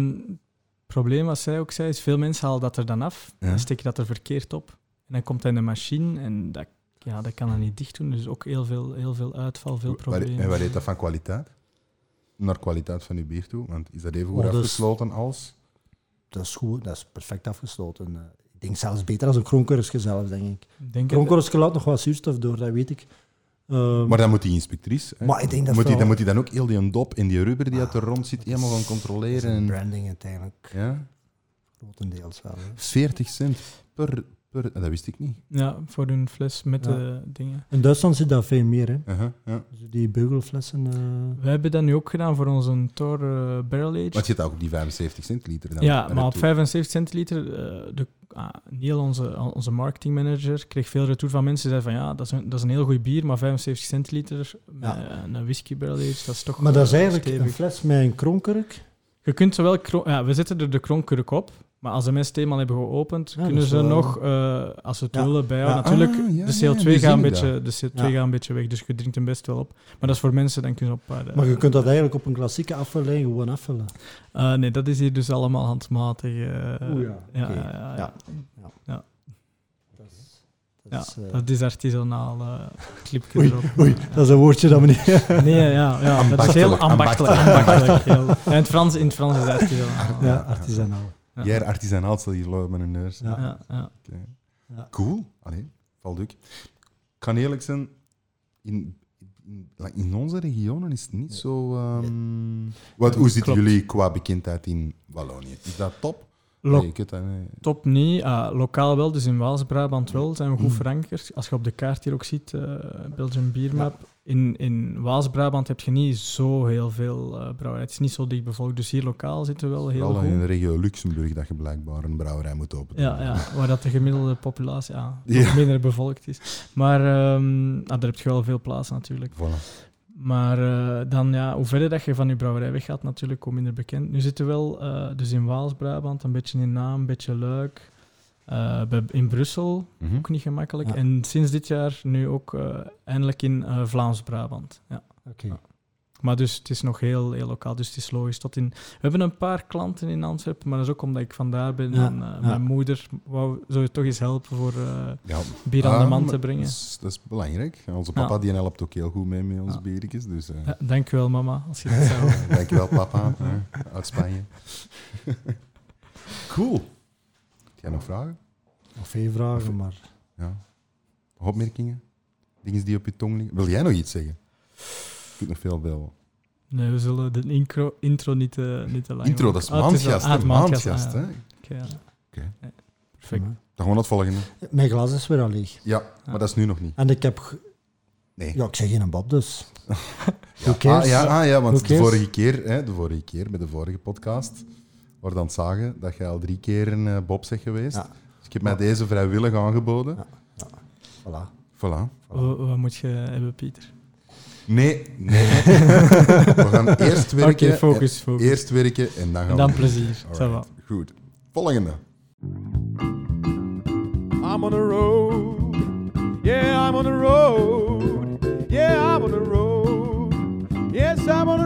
Het probleem, wat zij ook zei, is veel mensen halen dat er dan af, Ja. dan steken dat er verkeerd op. En dan komt hij in de machine en dat kan dat niet dicht doen. Dus ook heel veel uitval, veel problemen. En waar heet dat van kwaliteit? Naar kwaliteit van je bier toe? Want is dat even goed Oh, dat is- afgesloten als... Dat is goed, dat is perfect afgesloten. Ik denk zelfs beter als een kroonkurkje zelf, denk ik. Ik denk Kroonkurkje laat nog wat zuurstof door, dat weet ik. Maar dan moet die inspectrice... Hè? Maar ik denk dat moet wel- dan moet hij dan ook heel die dop en die rubber die uit er rond zit helemaal gaan dat is controleren. een En, branding uiteindelijk, ja? grotendeels wel. Hè. 40 cent per... Dat wist ik niet. Ja, voor hun fles met Ja. de dingen. In Duitsland zit dat veel meer, hè. Ja. Dus die beugelflessen... We hebben dat nu ook gedaan voor onze Thor Barrel Age. Maar het zit ook op die 75 centiliter. Dan. Ja, En maar op retour. 75 centiliter, Neil, onze marketingmanager, kreeg veel retour van mensen die zeiden van ja, dat is een heel goed bier, maar 75 centiliter met een whisky barrel age, dat is toch Maar dat is eigenlijk stevig. een fles met een kroonkurk. Je kunt zowel... we zetten er de kroonkurk op, maar als de mensen het eenmaal hebben geopend, Ja, kunnen dat is ze wel- nog, als ze het Ja. willen, bijhouden. Ja. Natuurlijk, ja, de ja, CO2, nu gaat, zie ik de CO2 Ja. gaat een beetje weg, dus je drinkt hem best wel op. Maar dat is voor mensen, dan kunnen ze op... Maar je kunt dat eigenlijk op een klassieke afvulling gewoon afvullen. nee, dat is hier dus allemaal handmatig. Oeh, ja. Ja, Oké. ja. Ja. Ja, Dat is, dat is artisanaal clipje Oei, erop. oei, dat is een woordje dat we niet... Nee, ja, dat is heel Ambachtelijk, ambachtelijk. Ja, in het Frans is het artisanaal. Ja, artisanaal. Ja. Jij artisanaal stel je met een neus. Ja. Ja. Oké. Ja. Cool. Allee, valt ook. Ik kan eerlijk zijn, in onze regionen is het niet zo... Hoe zitten Klopt. jullie qua bekendheid in Wallonië? Is dat top? Nee, ik weet dat niet. Top niet. Lokaal wel, dus in Waals-Brabant wel, zijn we goed verankerd. Als je op de kaart hier ook ziet, Belgian Beer Map, in Waals-Brabant heb je niet zo heel veel brouwerijen. Het is niet zo dicht bevolkt, dus hier lokaal zitten we wel heel Vooral in goed. de regio Luxemburg dat je blijkbaar een brouwerij moet openen. Ja, waar dat de gemiddelde populatie Ja. nog minder bevolkt is. Maar daar heb je wel veel plaats natuurlijk. Voilà. Maar dan, hoe verder dat je van je brouwerij weggaat, natuurlijk, hoe minder bekend. Nu zitten we wel dus in Waals-Brabant, een beetje in Naam, een beetje Luik. In Brussel, Mhm. ook niet gemakkelijk. Ja. En sinds dit jaar nu ook eindelijk in Vlaams-Brabant. Ja. Oké. Maar dus het is nog heel, heel lokaal, dus het is logisch. We hebben een paar klanten in Antwerpen, maar dat is ook omdat ik vandaar ben. Ja, En ja. mijn moeder zou je toch eens helpen voor Ja. bier aan de man maar te brengen. Dat is belangrijk. Onze papa Ja. die helpt ook heel goed mee met onze Ja. biertjes. Dus, Ja, dank je wel, mama, als je het zou. dankjewel, papa. Uit Spanje. Cool. Heb jij nog vragen? Nog veel vragen, maar... Ja. Opmerkingen? Dingen die op je tong liggen? Wil jij nog iets zeggen? Je kunt nog veel bellen. Nee, we zullen de intro niet te lang Intro, maken. dat is het maandgast. het hè? Maandgast, ja. hè? Oké, ja. Oké. Ja, perfect. Ja. Dan gewoon het volgende. Mijn glas is weer al leeg. Ja, maar dat is nu nog niet. En ik heb... Nee. Ja, ik zeg geen Bob, dus... Ja. Who cares? Ja, want Who cares? de vorige keer, bij de vorige podcast, we dan zagen dat je al 3 keer een Bob zegt geweest. Ja. Dus Ik heb mij deze vrijwillig aangeboden. Voilà. Voilà. Wat moet je hebben, Pieter? Nee. We gaan eerst werken. Oké, focus. Eerst werken en dan gaan En dan we... plezier. Ça va. Alright, goed. Volgende. I'm on the road. Yeah, I'm on the road. Yeah, I'm on the road. Yes, I'm on the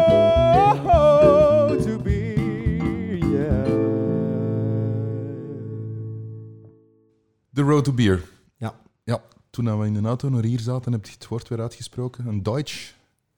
road to be. Yeah. The Road to Beer. Ja. Toen we in de auto naar hier zaten, heb je het woord weer uitgesproken. Een Deutsch.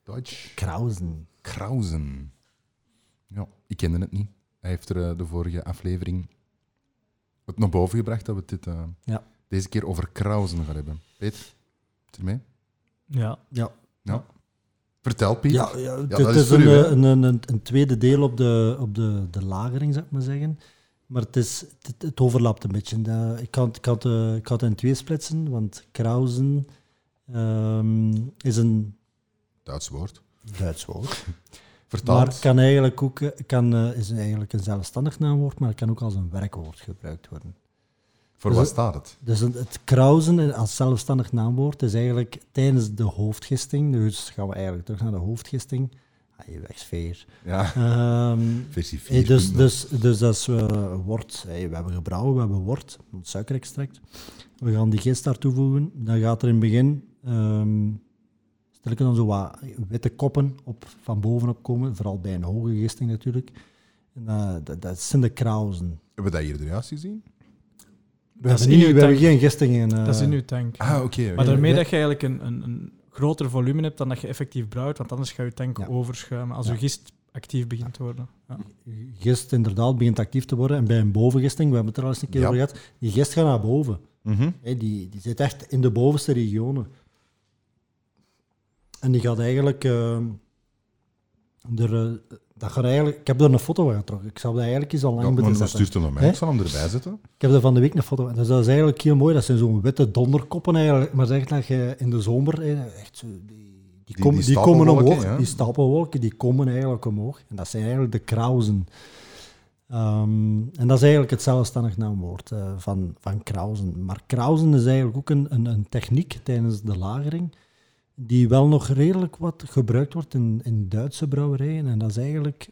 Krausen. Ja, ik kende het niet. Hij heeft er de vorige aflevering het naar boven gebracht dat we dit deze keer over Krausen gaan hebben. Peter, zit je mee? Ja. Vertel, Piet. Ja, dat het is is voor u, hè? een tweede deel op de lagering, zou ik maar zeggen. Maar het overlapt een beetje. Ik had het in twee splitsen, want Krausen is een Duits woord. Duits woord. Vertaald. Maar kan eigenlijk ook, is eigenlijk een zelfstandig naamwoord, maar het kan ook als een werkwoord gebruikt worden. Voor Dus wat staat het? Dus het krausen als zelfstandig naamwoord is eigenlijk tijdens de hoofdgisting. Dus gaan we eigenlijk terug naar de hoofdgisting. Je wegsfeer. Ja, versie 4. Dus als we wort, we hebben gebrouwen, we hebben wort, suikerextract. We gaan die gist daar toevoegen. Dan gaat er in het begin stel ik dan zo wat witte koppen van bovenop komen, vooral bij een hoge gisting natuurlijk. En, dat zijn de krausen. Hebben we dat hier juist gezien? We hebben geen gistingen. Dat is in uw tank. Oké. Maar daarmee dat je eigenlijk een groter volume hebt dan dat je effectief brouwt, want anders ga je tank overschuimen als je gist actief begint te worden. Ja. Gist inderdaad begint actief te worden en bij een bovengisting, we hebben het er al eens een keer over gehad, die gist gaat naar boven. Mm-hmm. Die zit echt in de bovenste regionen. En die gaat eigenlijk... ik heb er een foto van getrokken. Ik zou dat eigenlijk eens al lang moeten zetten. Stuurt hem naar mij. Ik zal hem erbij zetten. Ik heb er van de week een foto van. Dus dat is eigenlijk heel mooi. Dat zijn zo'n witte donderkoppen eigenlijk. Maar zeg dat je in de zomer... Echt zo, die komen omhoog. Ja. Die stapelwolken, die komen eigenlijk omhoog. En dat zijn eigenlijk de krausen. En dat is eigenlijk het zelfstandig naamwoord van krausen. Maar krausen is eigenlijk ook een techniek tijdens de lagering die wel nog redelijk wat gebruikt wordt in Duitse brouwerijen. En dat is eigenlijk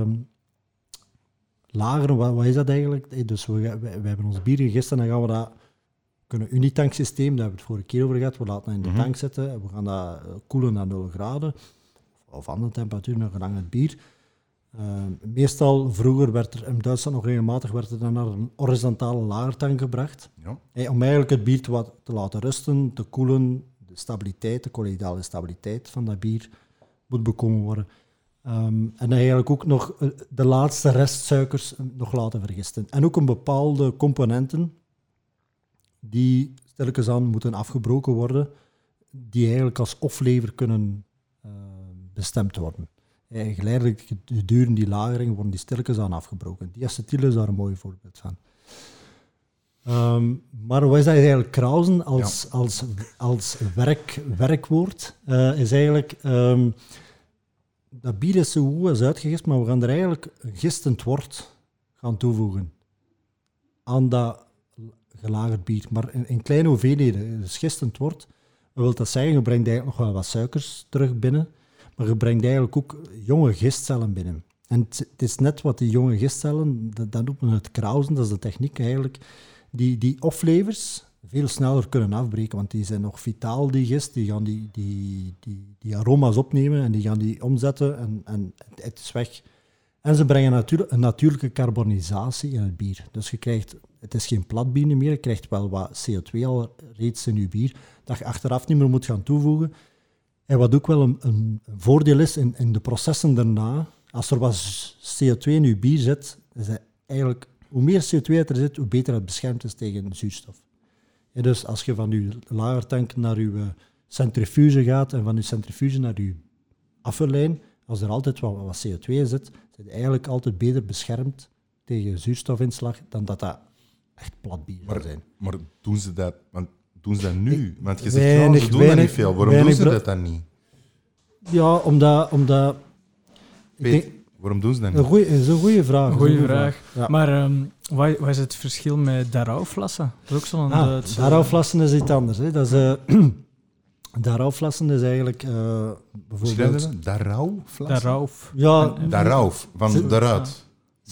lageren. Wat is dat eigenlijk? Dus we hebben ons bier gegist en dan gaan we dat... Een unitanksysteem, daar hebben we het vorige keer over gehad. We laten dat in de tank zetten en we gaan dat koelen naar 0 graden. Of andere temperatuur, naar gelang het bier. Meestal, vroeger werd er in Duitsland nog regelmatig dan naar een horizontale lagertank gebracht. Ja. Om eigenlijk het bier te laten rusten, te koelen. De stabiliteit, de colloïdale stabiliteit van dat bier moet bekomen worden. En eigenlijk ook nog de laatste restsuikers nog laten vergisten. En ook een bepaalde componenten die stilletjes aan moeten afgebroken worden, die eigenlijk als offlever kunnen bestemd worden. Geleidelijk gedurende die lagering worden die stilletjes aan afgebroken. Diacetyl is daar een mooi voorbeeld van. Maar wat is dat eigenlijk? Krausen als werkwoord is eigenlijk... dat bier is zo goed als uitgegist, maar we gaan er eigenlijk gistend wort gaan toevoegen aan dat gelagerd bier. Maar in kleine hoeveelheden. Dus gistend wort, wat wil dat zeggen? Je brengt eigenlijk nog wel wat suikers terug binnen, maar je brengt eigenlijk ook jonge gistcellen binnen. En het is net wat die jonge gistcellen, dat noemen we het krausen, dat is de techniek eigenlijk, die offlevers veel sneller kunnen afbreken, want die zijn nog vitaal, die gist, die gaan die aroma's opnemen en die gaan die omzetten en het is weg. En ze brengen een natuurlijke carbonisatie in het bier. Dus het is geen plat bier meer, je krijgt wel wat CO2 al reeds in je bier, dat je achteraf niet meer moet gaan toevoegen. En wat ook wel een voordeel is in de processen daarna, als er wat CO2 in je bier zit, is het eigenlijk, hoe meer CO2 er zit, hoe beter het beschermd is tegen zuurstof. En dus als je van je lagertank naar je centrifuge gaat en van je centrifuge naar je afvullijn, als er altijd wat CO2 in zit, is het eigenlijk altijd beter beschermd tegen zuurstofinslag dan dat echt plat bier zou zijn. Maar doen ze dat nu? Want je zegt, ze doen dat niet veel. Waarom doen ze dat dan niet? Ja, omdat Waarom doen ze dat Dat niet? is een goede vraag. Een goede vraag. Ja. Maar wat is het verschil met Darau-flassen? Dat is ook zo'n Duits... Darau-flassen is iets anders. Hè. Dat is, Darau-flassen is eigenlijk bijvoorbeeld... Schrijven Darau-flassen? Darau. Ja, Darau, van Ze- daaruit.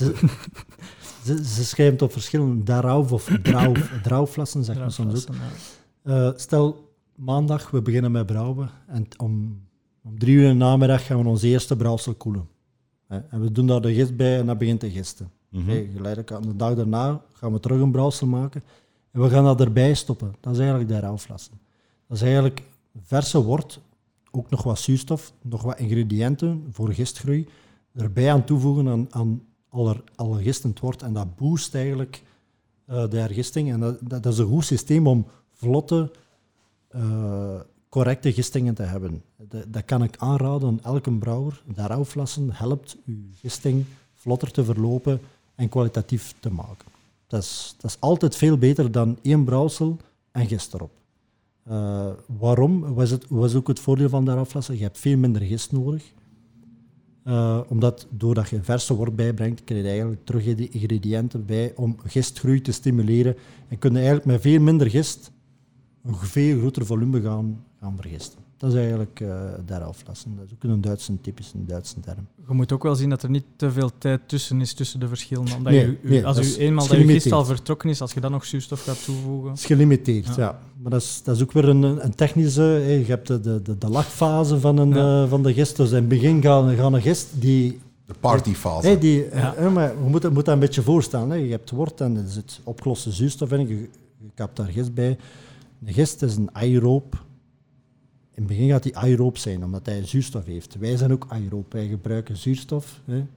ze schrijven het op verschillende Darau of Drouwflassen, zeg maar soms ook. Stel, maandag, we beginnen met brouwen en om 3 uur in de namiddag gaan we onze eerste brouwsel koelen. En we doen daar de gist bij en dat begint te gisten. Geleidelijk aan de dag daarna gaan we terug een brouwsel maken en we gaan dat erbij stoppen. Dat is eigenlijk de Darau-flassen. Dat is eigenlijk verse wort, ook nog wat zuurstof, nog wat ingrediënten voor gistgroei, erbij aan toevoegen aan alle gistend wort. En dat boost eigenlijk de hergisting. En dat is een goed systeem om vlotte, correcte gistingen te hebben. Dat kan ik aanraden aan elke brouwer. Darau-flassen helpt uw gisting vlotter te verlopen en kwalitatief te maken. Dat is altijd veel beter dan 1 brouwsel en gist erop. Waarom? Was ook het voordeel van Darau-flassen? Je hebt veel minder gist nodig. Omdat doordat je verse wort bijbrengt, krijg je eigenlijk terug die ingrediënten bij om gistgroei te stimuleren. En kun je eigenlijk met veel minder gist een veel groter volume gaan vergisten. Dat is eigenlijk Darau-flassen. Dat is ook een typische Duitse term. Je moet ook wel zien dat er niet te veel tijd tussen is tussen de verschillende. Omdat Nee, als dat u is eenmaal dat je gelimiteerd. gist al vertrokken is, als je dan nog zuurstof gaat toevoegen... Het is gelimiteerd, Ja. ja. Maar dat is ook weer een technische... Je hebt de lachfase van de gist. Dus in het begin gaan een gist die... De partyfase. Maar je moet dat een beetje voorstellen. Hè. Je hebt wort en er zit opgeloste zuurstof in. Je kapt daar gist bij. De gist is een aeroob. In het begin gaat die aeroob zijn, omdat hij zuurstof heeft. Wij zijn ook aeroob. Wij gebruiken zuurstof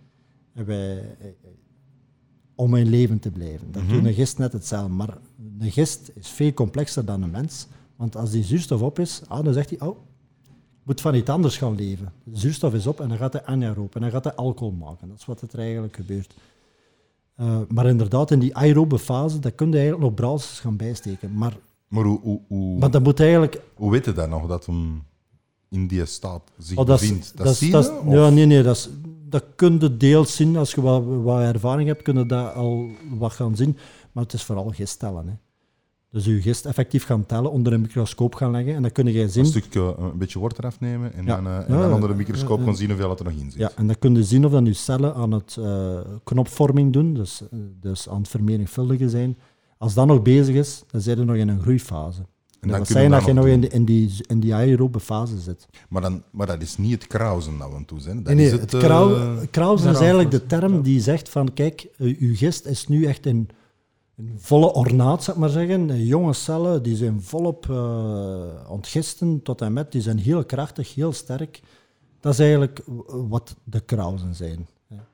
om in leven te blijven. Dat doet een gist net hetzelfde. Maar een gist is veel complexer dan een mens. Want als die zuurstof op is, dan zegt hij... ik moet van iets anders gaan leven. De zuurstof is op en dan gaat hij anaeroop en dan gaat hij alcohol maken. Dat is wat er eigenlijk gebeurt. Maar inderdaad, in die aerobe fase, dat kun je eigenlijk nog brouwsels gaan bijsteken. Maar dat moet eigenlijk... Hoe weet je dat nog, dat hem in die staat zich dat bevindt? Zie je? Ja, nee, dat kun je deels zien. Als je wat ervaring hebt, kun je dat al wat gaan zien. Maar het is vooral gist tellen. Hè. Dus je gist effectief gaan tellen, onder een microscoop gaan leggen en dan kun je zien... Een stukje, een beetje wort eraf nemen en dan onder de microscoop gaan zien hoeveel er nog in zit. Ja, en dan kun je zien of dan je cellen aan het knopvorming doen, dus aan het vermenigvuldigen zijn. Als dat nog bezig is, dan zit je nog in een groeifase. En dat zijn dat je nog in die aerobe fase zit. Maar dat is niet het krausen dat we aan toe zijn. Dat Nee, is het krausen is eigenlijk de term die zegt van, kijk, uw gist is nu echt in volle ornaat, zou ik maar zeggen. Jonge cellen, die zijn volop ontgisten tot en met, die zijn heel krachtig, heel sterk. Dat is eigenlijk wat de krausen zijn.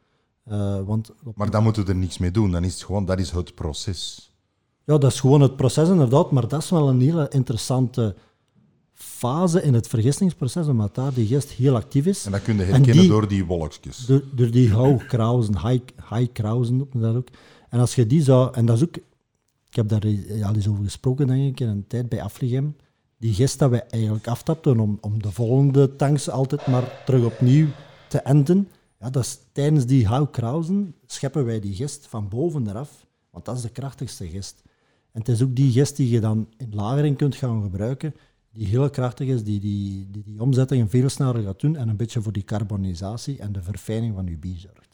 Maar dan moeten we er niks mee doen, dan is het gewoon, dat is het proces. Ja, dat is gewoon het proces inderdaad, maar dat is wel een hele interessante fase in het vergistingsproces, omdat daar die gist heel actief is. En dat kun je herkennen door die wolkjes. Door die high krausen noemen we dat ook. En als je die zou... En dat is ook... Ik heb daar al eens over gesproken, denk ik, in een tijd bij Afligem. Die gist dat wij eigenlijk aftapten om de volgende tanks altijd maar terug opnieuw te enten. Ja, dat is, tijdens die high krausen scheppen wij die gist van boven eraf, want dat is de krachtigste gist. En het is ook die gist die je dan in lagering kunt gaan gebruiken, die heel krachtig is, die omzettingen veel sneller gaat doen en een beetje voor die carbonisatie en de verfijning van je bier zorgt.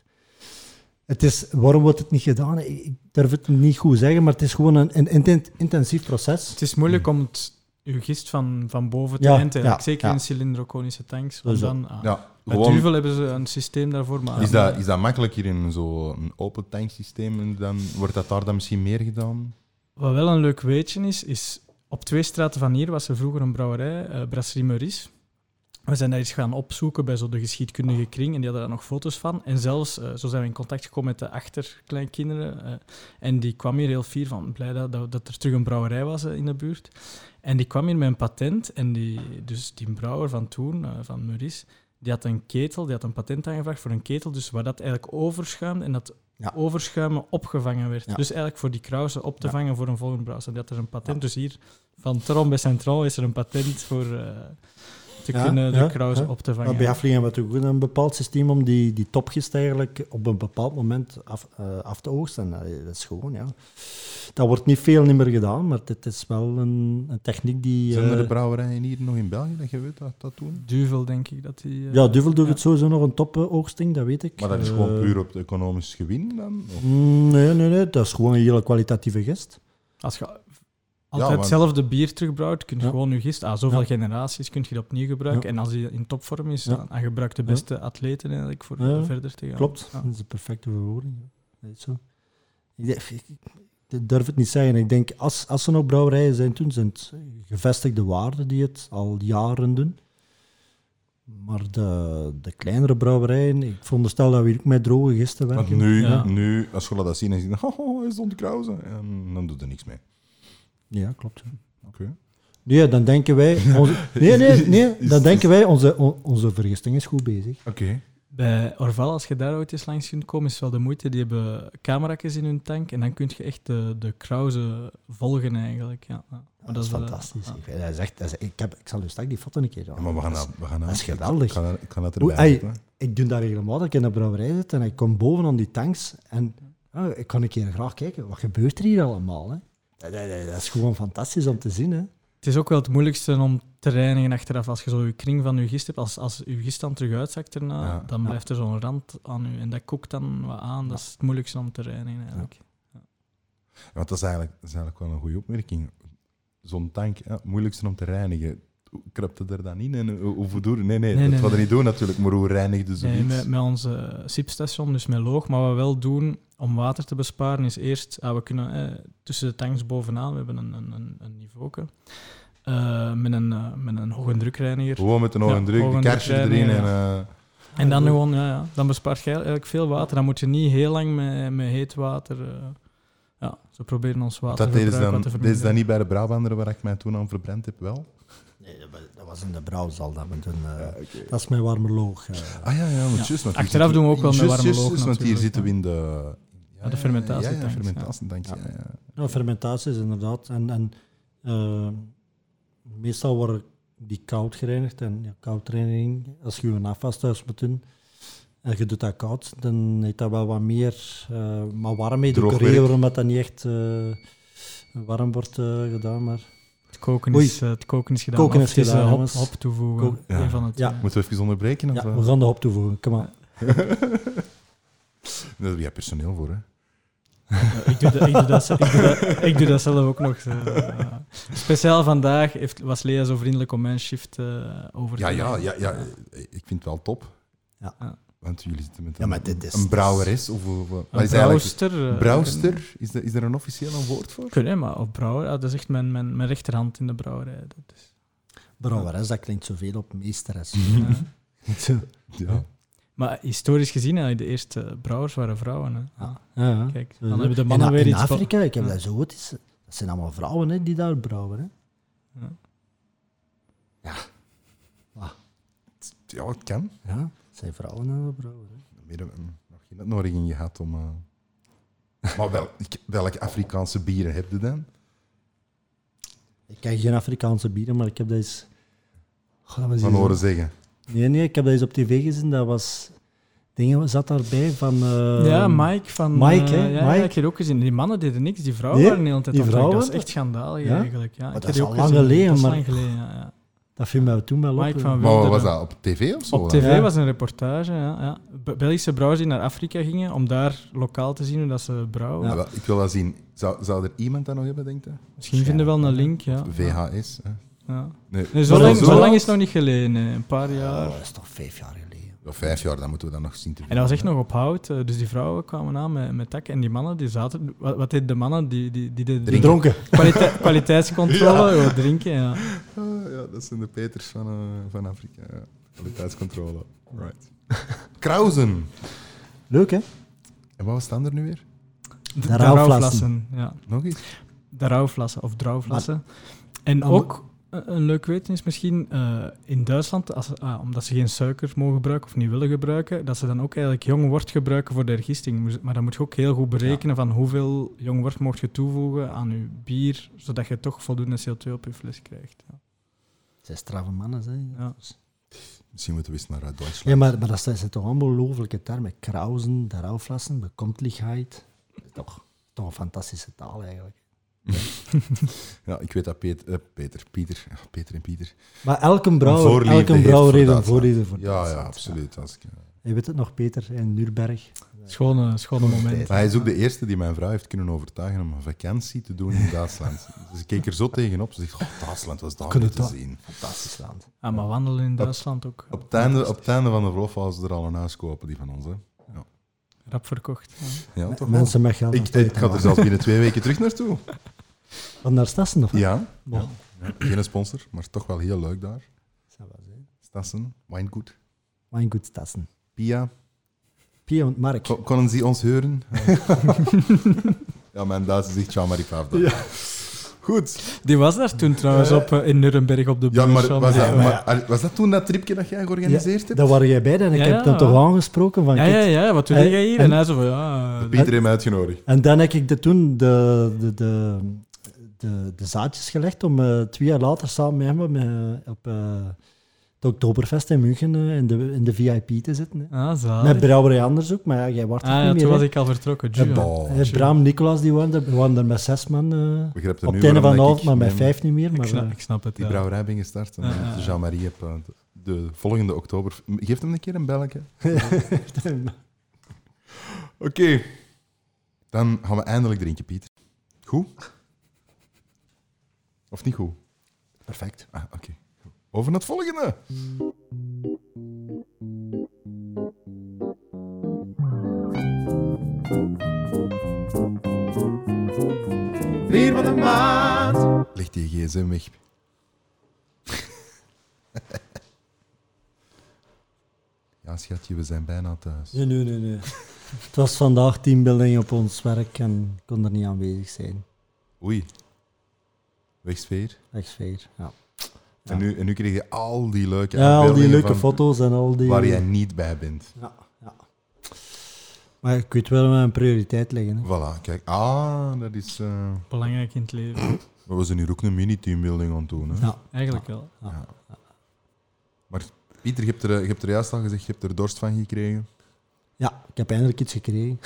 Waarom wordt het niet gedaan? Ik durf het niet goed zeggen, maar het is gewoon een intensief proces. Het is moeilijk om uw gist van boven te enten. Zeker in cylindroconische tanks. Want met duvel hebben ze een systeem daarvoor. Maar is dat makkelijk hier in zo'n open tanksysteem? En dan wordt dat daar dan misschien meer gedaan? Wat wel een leuk weetje is op 2 straten van hier was er vroeger een brouwerij, Brasserie Meurice. We zijn daar eens gaan opzoeken bij zo de geschiedkundige kring en die hadden daar nog foto's van. En zelfs, zo zijn we in contact gekomen met de achterkleinkinderen. En die kwam hier heel fier van, blij dat er terug een brouwerij was in de buurt. En die kwam hier met een patent. En die brouwer van toen, van Meurice, die had een patent aangevraagd voor een ketel, dus waar dat eigenlijk overschuimde en dat overschuimen opgevangen werd. Ja. Dus eigenlijk voor die krausen op te vangen voor een volgende brouwer. Die had er een patent. Dus hier van Toron bij Centraal is er een patent voor... te kunnen de krauze op te vangen. Maar bij Afflinger hebben we ook een bepaald systeem om die topgist eigenlijk op een bepaald moment af te oogsten. Dat is gewoon, ja. Dat wordt niet veel niet meer gedaan, maar het is wel een techniek die... Zijn er de brouwerijen hier nog in België dat je weet dat doen? Duvel, denk ik dat die... Ja, Duvel doet het sowieso nog een topoogsten, dat weet ik. Maar dat is gewoon puur op het economisch gewin dan? Of? Nee, dat is gewoon een hele kwalitatieve gist. Als je altijd hetzelfde bier terugbrouwt, kun je gewoon je gist... zoveel Ja. generaties kun je dat opnieuw gebruiken. Ja. En als die in topvorm is, Ja. dan gebruik je de beste atleten eigenlijk voor verder te gaan. Klopt, Ja. dat is de perfecte verwoording. Dat is zo. Ik durf het niet zeggen. Ik denk, als er nog brouwerijen zijn toen, zijn het gevestigde waarden die het al jaren doen. Maar de kleinere brouwerijen, ik veronderstel dat we ook met droge gisten werken. Want nu, als je dat ziet en je zegt, hij stond krauze, en dan doet er niks mee. Ja, klopt. Oké. Nee, dan denken wij... Dan denken wij, onze vergisting is goed bezig. Oké. Bij Orval, als je daar ooit eens langs kunt komen, is wel de moeite. Die hebben camera's in hun tank en dan kun je echt de krauze volgen eigenlijk. Ja. Maar Dat is fantastisch. Ik zal u straks die foto een keer Ja, aan. maar we gaan dat is geweldig. Ik kan dat erbij zetten. Ik doe dat regelmatig. Ik in de brouwerij zit en ik kom boven aan die tanks en ik kan een keer graag kijken. Wat gebeurt er hier allemaal? Hè? Dat is gewoon fantastisch om te zien. Hè? Het is ook wel het moeilijkste om te reinigen achteraf. Als je zo je kring van je gist hebt, als je gist dan terug uitzakt erna, dan blijft er zo'n rand aan je. En dat kookt dan wat aan. Dat is het moeilijkste om te reinigen eigenlijk. Ja, want dat is eigenlijk wel een goede opmerking. Zo'n tank, het moeilijkste om te reinigen. Hoe kruipt het er dan in? En hoe doe je? Nee, dat gaat er niet doen natuurlijk, maar hoe reinigde zoiets? Met onze SIP-station, dus met loog. Maar wat we wel doen om water te besparen, is eerst... we kunnen tussen de tanks bovenaan, we hebben een niveauke, met een hoge drukreiniger. Gewoon met een hoge druk, de kersje erin en dan gewoon, dan bespaart je eigenlijk veel water. Dan moet je niet heel lang met heet water... ze proberen ons waterverbruik wat te verminderen. Dit is dan niet bij de Brabander waar ik mij toen aan verbrand heb, wel? Nee, dat was in de brouwzaal. Dat is met warme loog. Maar juist. Achteraf doen we ook wel met warme loog natuurlijk. Want hier zitten we in de... de fermentatietank. Ja, fermentatietank. Ja, fermentatie is inderdaad. En meestal worden die koud gereinigd. En koudreiniging, als je een afwasthuis moet doen en je doet dat koud, dan heeft dat wel wat meer... maar warm mee decoreren, omdat dat niet echt warm wordt gedaan. Maar... Het koken is gedaan. Koken is gedaan. Hop toevoegen. Moeten we even onderbreken? Ja, we gaan de hop toevoegen. Kom maar. Daar heb je personeel voor, hè? Ik doe dat zelf ook nog. Speciaal vandaag was Lea zo vriendelijk om mijn shift over te nemen. Ja. Ik vind het wel top. Ja. Want jullie zitten met een brouweres of een brouwster. Brouwster? Is er een officieel woord voor? Nee, maar op brouwer, dat is echt mijn rechterhand in de brouwerij. Dat is... Brouweres, dat klinkt zoveel op meesteres. Ja. Maar historisch gezien, de eerste brouwers waren vrouwen. Hè. Ja. Kijk, dan hebben de mannen weer in iets... Afrika, ik heb dat zo goed. Dat zijn allemaal vrouwen hè, die daar brouwen. Hè. Ja, het kan. Ja, het zijn vrouwen aan het brouwen. Hè. Nog geen uitnodiging gehad om... Maar welke Afrikaanse bieren heb je dan? Ik ken geen Afrikaanse bieren, maar ik heb dat eens... Van horen zeggen. Nee, ik heb dat eens op tv gezien. Dat was... Dingen zat daarbij van... Mike van... Mike, hè? Ja, Mike. ik heb ook gezien. Die mannen deden niks, die vrouwen waren de hele tijd die aan het werk. Dat vrouwen? is echt schandalig eigenlijk. Ja. Maar dat is al lang geleden. Dat is maar lang geleden, ja. Dat viel mij toen wel op. Mike van Maar Wilderen. was dat op tv of zo? Op tv was een reportage, ja. Belgische brouwers die naar Afrika gingen om daar lokaal te zien hoe dat ze brouwen. Ja. Ik wil dat zien. Zou er iemand dat nog hebben, denkt u? Misschien vinden we wel een link, ja. VHS. Hè? Ja. Nee, Zo lang is het nog niet geleden, nee. Een paar jaar. Dat is toch 5 jaar geleden. Of 5 jaar, dan moeten we dat nog zien te En dat was echt nog op hout, dus die vrouwen kwamen aan met takken en die mannen die zaten... Wat deden de mannen? Die deden Dronken. Kwaliteitscontrole, gewoon drinken, ja. Ja, dat zijn de Peters van Afrika. Ja. Kwaliteitscontrole. Right. Krauzen. Leuk, hè? En wat was het er nu weer? De rauwflassen. Ja. Nog eens? De rauwflassen of drouwflassen. En ook een leuk weten is misschien in Duitsland, omdat ze geen suiker mogen gebruiken of niet willen gebruiken, dat ze dan ook eigenlijk jong wort gebruiken voor de hergisting. Maar dan moet je ook heel goed berekenen van hoeveel jong wort mocht je toevoegen aan je bier, zodat je toch voldoende CO2 op je fles krijgt. Ja. zijn straffe mannen. Hè. Ja. Misschien moeten we eens naar Duitsland. Ja, maar dat zijn toch allemaal ongelooflijke termen. Krausen, de Rauflassen, Bekomtlichheid. Dat is toch een fantastische taal eigenlijk. Ja, ik weet dat Peter en Pieter. Maar elke Een brouwer voorliefde heeft een Duitsland. voorliefde voor Ja, Duitsland. ja, absoluut. Als ik, Je weet het nog, Peter, in Nürnberg. Schone moment. Maar hij is ook de eerste die mijn vrouw heeft kunnen overtuigen om een vakantie te doen in Duitsland. Dus ik keek er zo tegenop. Ze zegt, Duitsland was daar Kunnen te toch? zien. Fantastisch land. Ah, maar wandelen in Duitsland ook. Op het einde van de verlof was ze er al een huis kopen, die van ons. Hè. Rap verkocht. Ja. Ja, toch Mensen met geld. ik ga er zelfs binnen 2 weken terug naartoe. Van naar Stassen of wat? Ja. Bon. Ja. Geen sponsor, maar toch wel heel leuk daar. Zou wel zijn. Stassen, Weingut, Mijn goed Stassen. Pia. Pia en Mark. Konden ze ons horen? Ja, mijn Duits zegt Jean-Marie Pavda. Ja. Goed. Die was daar toen trouwens in Nuremberg op de Ja, beurs. maar was dat toen dat tripje dat jij georganiseerd hebt? Daar waren jij bij en ik Ja, heb hem ja. toch aangesproken. Van, kijk, Ja, wat doe jij hier? En hij zo van, ja... Pieter heeft mij uitgenodigd. En dan heb ik toen de zaadjes gelegd om 2 jaar later samen met hem op het Oktoberfest in München in de VIP te zitten. Hè. Ah, zalig. Met Brouwerij Anders ook, maar ja, jij wordt er Ah, niet ja, meer. toen was hè. ik al vertrokken. Ja, Jules. Bram, Nicolaas, die waren er met 6 man Begrijpt er op nu het einde van de waarom avond, maar met ik 5 niet meer. Ik Maar, snap het, die ja. brouwerij ben gestart. En Ja. Jean-Marie heb de volgende oktober... Geef hem een keer een belletje. Oké. Dan gaan we eindelijk drinken, Piet. Goed? Of niet goed? Perfect. Ah, oké. Over naar het volgende. Bier van de maand. Leg die gsm weg. Ja, schatje, we zijn bijna thuis. Nee. Het was vandaag teambuilding op ons werk en ik kon er niet aanwezig zijn. Oei. Wegsfeer. Wegsfeer, ja. Ja. En nu kreeg je al die leuke Ja, al die afbeeldingen leuke van foto's en al die... waar jij niet bij bent. Ja. Maar ik weet wel met een prioriteit leggen. Hè. Voilà, kijk. Ah, dat is... Belangrijk in het leven. we zijn hier ook een mini-teambuilding aan het doen. Hè? Ja. Eigenlijk wel. Ja. Maar Pieter, je hebt er juist al gezegd, je hebt er dorst van gekregen. Ja, ik heb eindelijk iets gekregen.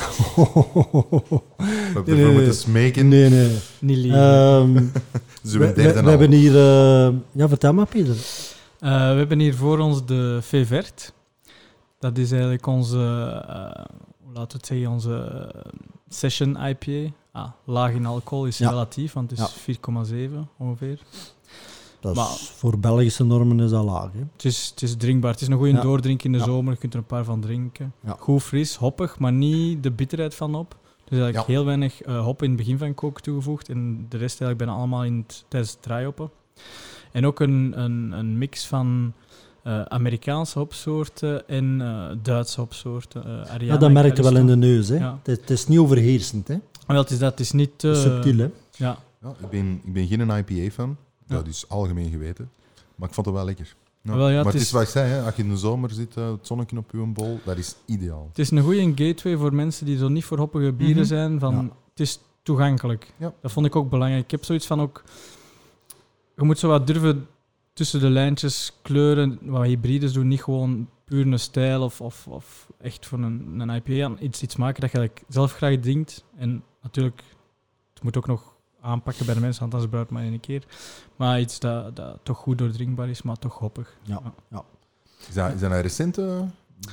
We hebben ervoor moeten smeken. Nee. Niet lief. Zo We een derde al. hebben hier... ja, vertel maar, Peter. We hebben hier voor ons de Fevert. Dat is eigenlijk onze, laten we het zeggen, onze session IPA. Laag in alcohol is Ja. relatief, want het is 4,7 ongeveer. Dat Maar- is, voor Belgische normen is dat laag. Hè. Het is drinkbaar. Het is een goede Ja. doordrink in de Ja. zomer. Je kunt er een paar van drinken. Ja. Goed fris, hoppig, maar niet de bitterheid van op. Dus eigenlijk Ja. heel weinig hop in het begin van kook toegevoegd. En de rest eigenlijk bijna allemaal tijdens het draaihoppen. En ook een mix van Amerikaanse hopsoorten en Duitse hopsoorten. Ariana Ja, dat en merk je wel in de Callisto. neus. Hè. Ja. Het is niet overheersend. Hè. Wel, het is dat. Het is niet Subtiel, hè. Ja. Ja, ik ben geen IPA-fan. Ja. Dat is algemeen geweten. Maar ik vond het wel lekker. Ja. Wel, ja, maar het het is- is wat ik zei, hè, als je in de zomer zit, het zonnetje op je bol, dat is ideaal. Het is een goede gateway voor mensen die zo niet voor hoppige bieren Mhm. zijn. Van, Ja. Het is toegankelijk. Ja. Dat vond ik ook belangrijk. Ik heb zoiets van ook... Je moet zo wat durven tussen de lijntjes kleuren, wat hybrides doen. Niet gewoon puur een stijl of echt voor een IPA aan iets maken dat je eigenlijk zelf graag drinkt. En natuurlijk, het moet ook nog aanpakken bij de mensen, want anders brouwt het maar in een keer. Maar iets dat toch goed doordrinkbaar is, maar toch hoppig. Ja. Is dat een recente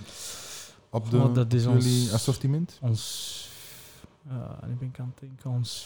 op Oh, dat is jullie ons- assortiment? Nu ben ik aan het denken, ons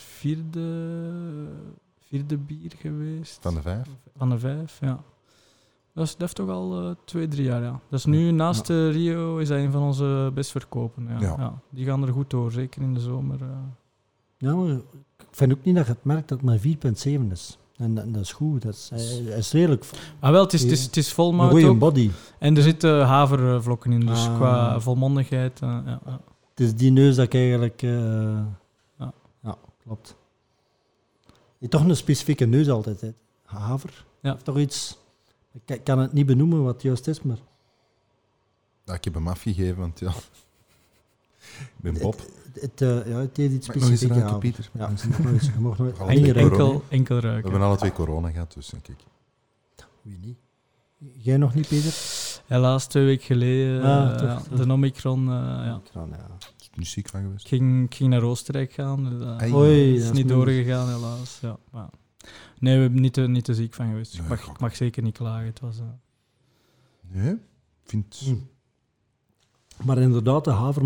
vierde bier geweest. Van de 5? Van de 5, ja. Dat heeft toch al 2-3 jaar, ja. Dat is nu, naast de Rio, is dat een van onze best verkopen. Ja. Ja. Ja. Die gaan er goed door, zeker in de zomer. Ja, maar ik vind ook niet dat je het merkt dat het maar 4,7 is. En dat is goed. Dat is, hij is redelijk Maar wel, het is vol een mout goede ook. body. En er zitten havervlokken in, dus Ah. qua volmondigheid... ja. Het is die neus dat ik eigenlijk... Ja. Ja, klopt. Je hebt toch een specifieke neus altijd. Hè. Haver. Ja. Of toch iets... Ik kan het niet benoemen wat het juist is, maar... Ja, ik heb hem afgegeven, want ja... Ik ben Bob. Het heeft iets Mag ik nog eens specifieks. ruiken, Pieter? Ja, je mag nog eens. Je mag nog Alle twee niet ruiken. corona. Enkel We ruiken. hebben alle twee corona gehad, dus denk ik. wie niet? Jij nog niet, Peter? Helaas 2 weken geleden, toch. de Omicron. Ja. Ja. Is er niet ziek van geweest? Ik ging naar Oostenrijk gaan. Dus, Ai. Oei, is dat niet is doorgegaan, helaas. Ja, maar nee, we hebben niet te ziek van geweest. Dus Nee, ik mag zeker niet klagen. Het was, Nee, ik vind... Maar inderdaad, de haver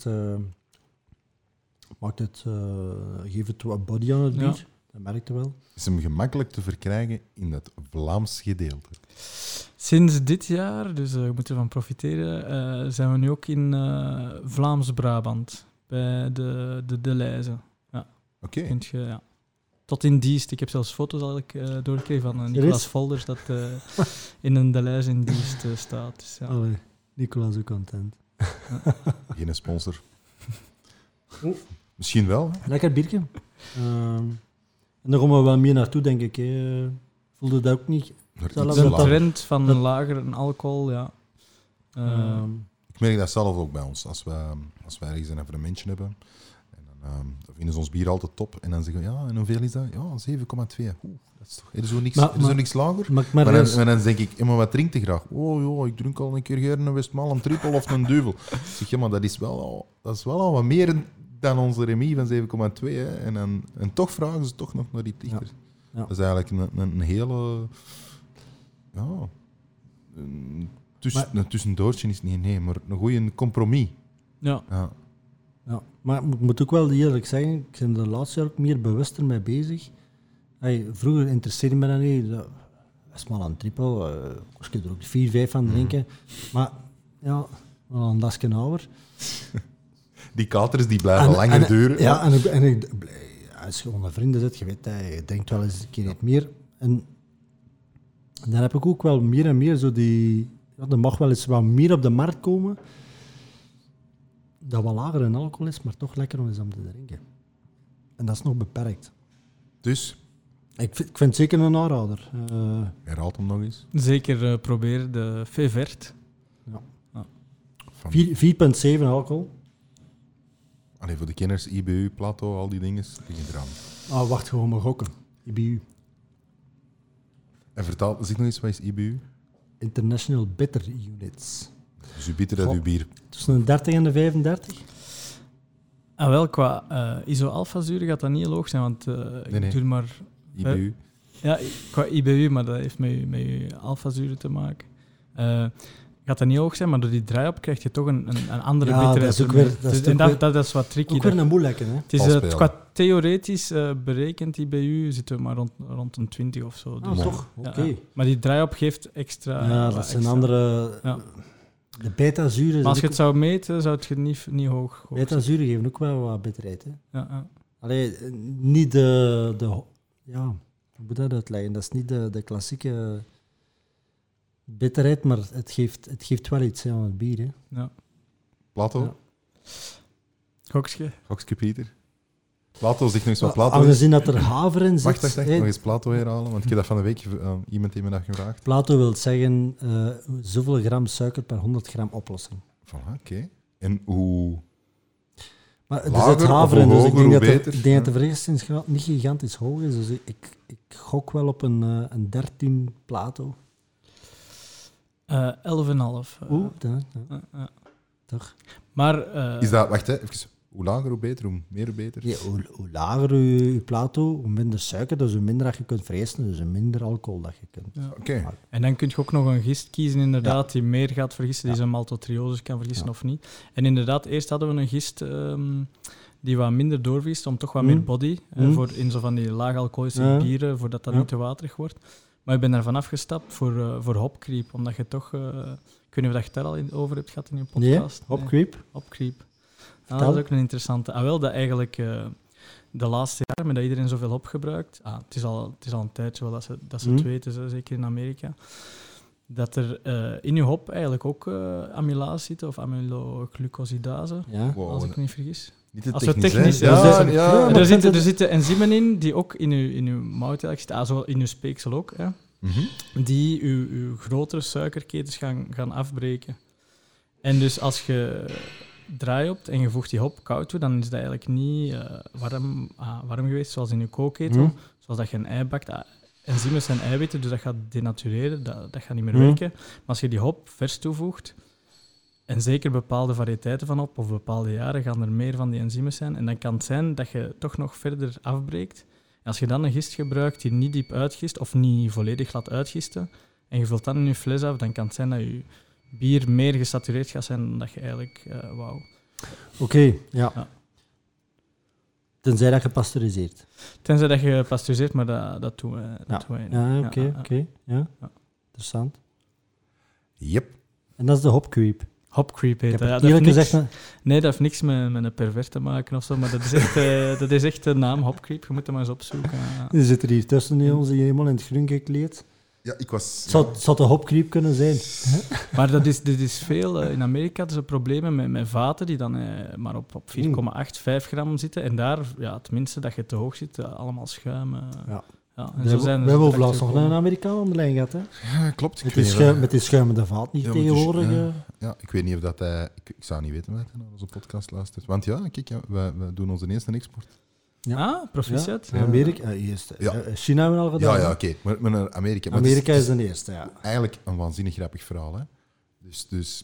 geeft het wat body aan het bier. Ja. Dat merkte wel. Is hem gemakkelijk te verkrijgen in het Vlaams gedeelte? Sinds dit jaar, dus we moeten ervan profiteren, zijn we nu ook in Vlaams-Brabant, bij de Deleuze. Oké. Kunt je, ja. Tot in Diest. Ik heb zelfs foto's al doorgekregen van Nicolas Volders, dat in een Deleuze in Diest staat. Dus, ja. Allee, Nicolas ook content. Geen sponsor. Misschien wel. Hè? Lekker biertje. En daar komen we wel meer naartoe, denk ik. Hè. Voelde dat ook niet? Maar Zal iets dat De wel- lager. trend van lager alcohol, ja. Ik merk dat zelf ook bij ons. Als wij ergens een evenementje hebben, en dan vinden ze ons bier altijd top. En dan zeggen we, ja, en hoeveel is dat? Ja, 7,2. Oeh, dat is toch... Er is zo niks, Maar- er is zo niks lager. Maar Maar dan denk ik, maar wat drinkt je graag? Oh ja, ik drink al een keer een Westmaal, een triple of een duvel. Ik zeg, ja, maar dat is wel al wat meer dan onze Remy van 7,2. Hè. En toch vragen ze toch nog naar die dichter. Ja. Dat is eigenlijk een hele... Ja... Een tussendoortje is niet, nee, maar een goede compromis. Ja. Ja. Ja, maar ik moet ook wel eerlijk zeggen, ik ben de laatste jaar ook meer bewuster mee bezig. Vroeger interesseerde me dat niet. Dat is maar een triple. Ik kan er ook 4, 5 van drinken. Maar ja, wel een dasje ouder. Die katers die blijven langer duren. Ja, als je onder vrienden zit, je weet dat, je denkt wel eens een keer niet meer. En dan heb ik ook wel meer en meer zo die... Ja, er mag wel eens wat meer op de markt komen. Dat wat lager in alcohol is, maar toch lekker om eens om te drinken. En dat is nog beperkt. Dus, Ik vind het zeker een aanrader. herhaalt hem nog eens. Zeker proberen de Fevert. Van, 4,7 alcohol. allee, voor de kenners, IBU, Plato, al die dingen, liggen eraan. Wacht, gewoon maar gokken. IBU. En vertaal, zeg nog eens, wat is IBU? International Bitter Units. Dus u biedt dat Goh. uw bier. Tussen de 30 en de 35. Ah, wel, qua iso-alpha-zuur gaat dat niet heel hoog zijn, want Nee. ik doe maar... IBU. Ja, qua IBU, maar dat heeft met je alpha-zuren te maken. Gaat dat niet hoog zijn, maar door die draai-op krijg je toch een andere Ja, bitterheid. dat is ook weer- dat is Dus- en ook weer- dat is wat tricky. Ook weer een moeilijke, hè? Het is Valspelen. qua theoretisch berekend IBU zitten we maar rond een 20 of zo. Dus, Toch? ja, Oké. ja. Maar die draai-op geeft extra... Ja, wat dat zijn extra. andere... Ja. De beta-zuren... Maar als je het zou meten, zou het niet hoog zijn. Beta-zuren geven ook wel wat bitterheid, hè? Ja, ja. Allee, niet de... Ja, hoe moet dat uitleggen? Dat is niet de klassieke bitterheid, maar het geeft wel iets hè, aan het bier, hè? Ja. Plato? Ja. Gokske? Gokske Pieter? Plato, zeg nog eens wat Plato is. Aangezien dat er haver in zit... Wacht, hè, nog eens Plato herhalen, want ik heb dat van de week, iemand heeft me dat gevraagd. Plato wil zeggen zoveel gram suiker per 100 gram oplossing. Voilà, oké. En hoe... Maar er Lager zit of haver in, dus hoe ik hoger, denk hoe dat beter. ik denk dat de vergissingsgraad niet gigantisch hoog is. Dus ik gok wel op een 13 Plato. 11,5. Toch? Maar... Is dat... Wacht, hè, even. Hoe lager, hoe beter? Hoe meer, hoe beter? Ja, hoe lager je Plato, hoe minder suiker, dus hoe minder dat je kunt vergisten, dus hoe minder alcohol dat je kunt. Ja. Oké. En dan kun je ook nog een gist kiezen, inderdaad, die meer gaat vergissen, die zijn maltotriose kan vergissen of niet. En inderdaad, eerst hadden we een gist die wat minder doorvergist, om toch wat meer body, voor in zo van die laag alcoholische bieren, voordat dat niet te waterig wordt. Maar ik ben daar vanaf gestapt voor hopcreep, omdat je toch... ik weet niet of je het daar al over hebt gehad in je podcast. Nee, hopcreep. Hopcreep. Ah, dat is ook een interessante. Wel, dat eigenlijk de laatste jaren, met dat iedereen zoveel hop gebruikt, het is al een tijdje wel dat ze het weten, zeker in Amerika, dat er in je hop eigenlijk ook amylase zit, of amyloglucosidase, Ja. Wow, als ik me niet vergis. niet te Als we technisch, technisch, hè? ja, Ja, ja. maar Er zitten enzymen in die ook in uw mout eigenlijk zitten, zo in uw speeksel ook, hè, die uw grotere suikerketens gaan afbreken. En dus als je draai op en je voegt die hop koud toe, dan is dat eigenlijk niet warm geweest, zoals in je kookketel. Zoals dat je een ei bakt. enzymen zijn eiwitten, dus dat gaat denatureren, dat gaat niet meer werken. Maar als je die hop vers toevoegt, en zeker bepaalde variëteiten van hop of bepaalde jaren, gaan er meer van die enzymen zijn. En dan kan het zijn dat je toch nog verder afbreekt. En als je dan een gist gebruikt die niet diep uitgist, of niet volledig laat uitgisten, en je vult dan in je fles af, dan kan het zijn dat je bier meer gesatureerd gaat zijn dan dat je eigenlijk wou. Oké, ja. Ja. Tenzij dat gepasteuriseerd. Tenzij dat je pasteuriseert, maar dat doen we niet. Ja, oké. Ja. Ja. Interessant. Yep. En dat is de hop creep. Hop creep heet Ik heb dat. het eerlijk gezegd... Nee, dat heeft niks met een pervert te maken of zo, maar dat is echt de naam Hop creep. Je moet hem maar eens opzoeken. Er zit er hier tussen ons die helemaal in het groen gekleed. Ja, ik was... Het zou de hop creep kunnen zijn. Maar dat is veel. In Amerika hadden ze problemen met vaten die dan maar op 4,8, 5 gram zitten. En daar, het minste dat je te hoog zit, allemaal schuim. Ja. Ja, We hebben over laatst nog een Amerikaan aan de lijn gehad. Hè? Ja, klopt. Met die schuimende vaat niet tegenwoordig. Ja, ik weet niet of dat hij... Ik zou niet weten of hij naar onze podcast luistert. Want ja, kijk, we doen onze eerste export. Ja. Ah, proficiat. Ja, Amerika eerst. China hebben we al gedaan. Ja, oké. Maar naar Amerika. Maar Amerika is de eerste, ja. Eigenlijk een waanzinnig grappig verhaal. Hè? Dus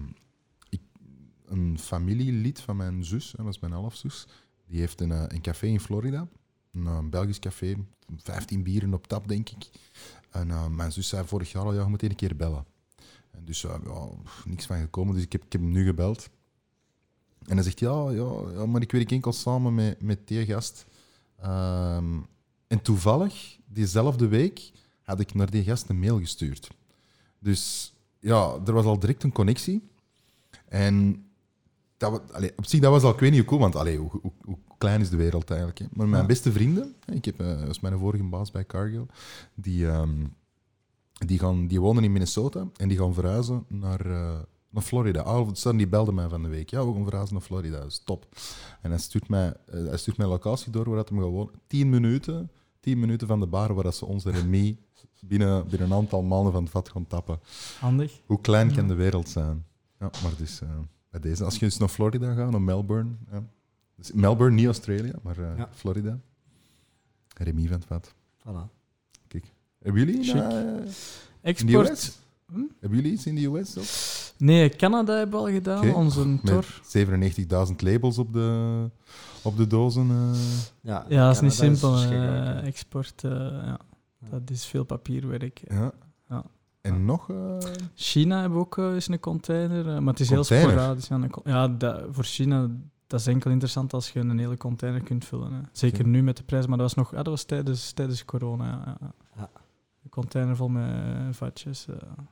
een familielid van mijn zus, dat is mijn halfzus, die heeft een café in Florida. Een Belgisch café, 15 bieren op tap, denk ik. En mijn zus zei vorig jaar al, je moet een keer bellen. En dus niks van gekomen, dus ik heb hem nu gebeld. En hij zegt, ja, maar ik werk enkel samen met die gast. En toevallig, diezelfde week, had ik naar die gast een mail gestuurd. Dus ja, er was al direct een connectie. En op zich, dat was al, ik weet niet hoe cool, want hoe klein is de wereld eigenlijk. Hè? Maar mijn beste vrienden, dat was mijn vorige baas bij Cargill, die wonen in Minnesota en die gaan verhuizen naar Florida. All of a sudden, die belde mij van de week. Ja, we gaan verhuizen naar Florida, dat is top. En hij stuurt mijn locatie door, waar dat hem gewoon 10 minuten van de bar waar dat ze onze Remy binnen een aantal maanden van het vat gaan tappen. Handig. Hoe klein kan de wereld zijn? Ja, maar dus bij deze. Als je dus naar Florida gaat, naar Melbourne. Ja. Dus Melbourne, niet Australië, maar Florida. Remy van het vat. Voilà. Kijk. Hebben jullie in de US? Hebben jullie iets in de US ook? Nee, Canada hebben we al gedaan. Onze tour. Met 97.000 labels op de dozen. Ja, dat is niet simpel. Export, dat is veel papierwerk. Ja. En nog? China hebben we ook eens een container, maar het is heel sporadisch. Voor China, dat is enkel interessant als je een hele container kunt vullen. Hè. Zeker nu met de prijs, maar dat was tijdens corona. Ja. Een container vol met vatjes.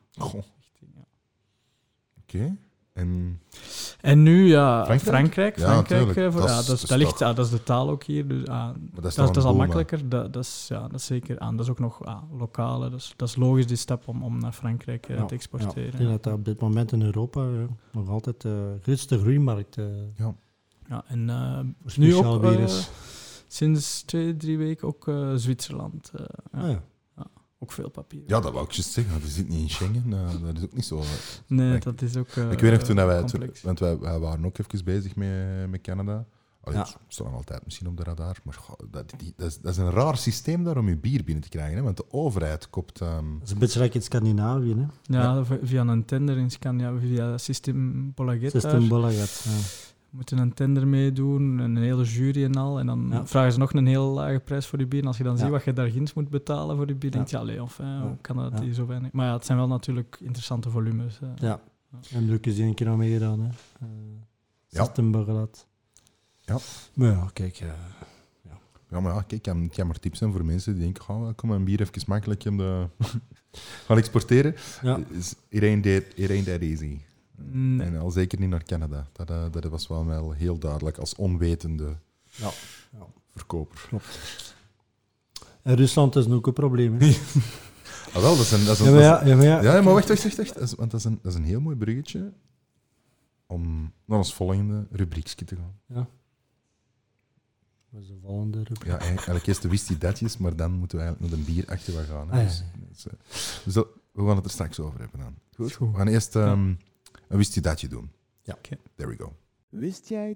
Oké. En nu, Frankrijk. Ja, dat is de taal ook hier. Dus, dat is al makkelijker. Dat is zeker aan. Dat is ook nog lokale. Dat is logisch, die stap om naar Frankrijk te exporteren. Ik denk dat op dit moment in Europa nog altijd de grootste groeimarkt Ja, en nu ook sinds 2-3 weken ook Zwitserland. Ook veel papier. Ja, dat wou ik juist zeggen. Dat zit niet in Schengen. Dat is ook niet zo... Nee, dat is ook ik weet nog toen want wij waren ook even bezig met Canada. We staan altijd misschien op de radar. Maar dat is een raar systeem daar om je bier binnen te krijgen. Hè? Want de overheid koopt... Dat is een beetje like in Scandinavië. Hè? Ja, via een tender in Scandinavië, via System Bolaget. System Bolaget, Je moet een tender meedoen, een hele jury en al. En dan vragen ze nog een heel lage prijs voor je bier. En als je dan ziet wat je daar ginds moet betalen voor je bier, denk je, hoe kan dat hier zo weinig? Maar het zijn wel natuurlijk interessante volumes. En Luc is 1 keer al meegedaan. Hè. System Bolaget. Ja. Maar ja, kijk... Ja, maar kijk, ik kan maar tips zijn voor mensen die denken, kom mijn bier even makkelijk gaan exporteren. Ja. It ain't that easy. Nee. En al zeker niet naar Canada. Dat was wel heel duidelijk als onwetende verkoper. Klopt. En Rusland is ook een probleem. Hè? Wel, maar wacht. Want dat is een heel mooi bruggetje om naar ons volgende rubriekje te gaan. Ja. Wat is de volgende rubriek? Ja, eigenlijk eerst de wist je datjes, maar dan moeten we eigenlijk naar de bier achter wat gaan. Hè. Dus we gaan het er straks over hebben dan. Goed? We gaan eerst... een wist je datje doen. Ja. Okay. There we go. Wist jij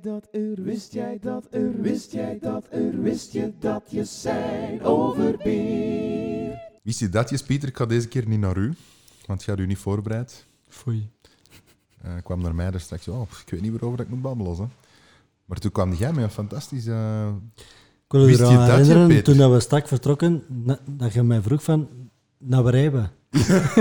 dat je zijn over bier? Wist je datjes, Pieter? Ik ga deze keer niet naar u, want je had u niet voorbereid. Foei. Kwam naar mij daar straks, ik weet niet waarover ik moet babbelen. Hè. Maar toen kwam jij met een fantastische... Ik wil Wist je je eraan dat, herinneren, Peter? toen dat we strak vertrokken, dat je mij vroeg van, naar waar rijden we?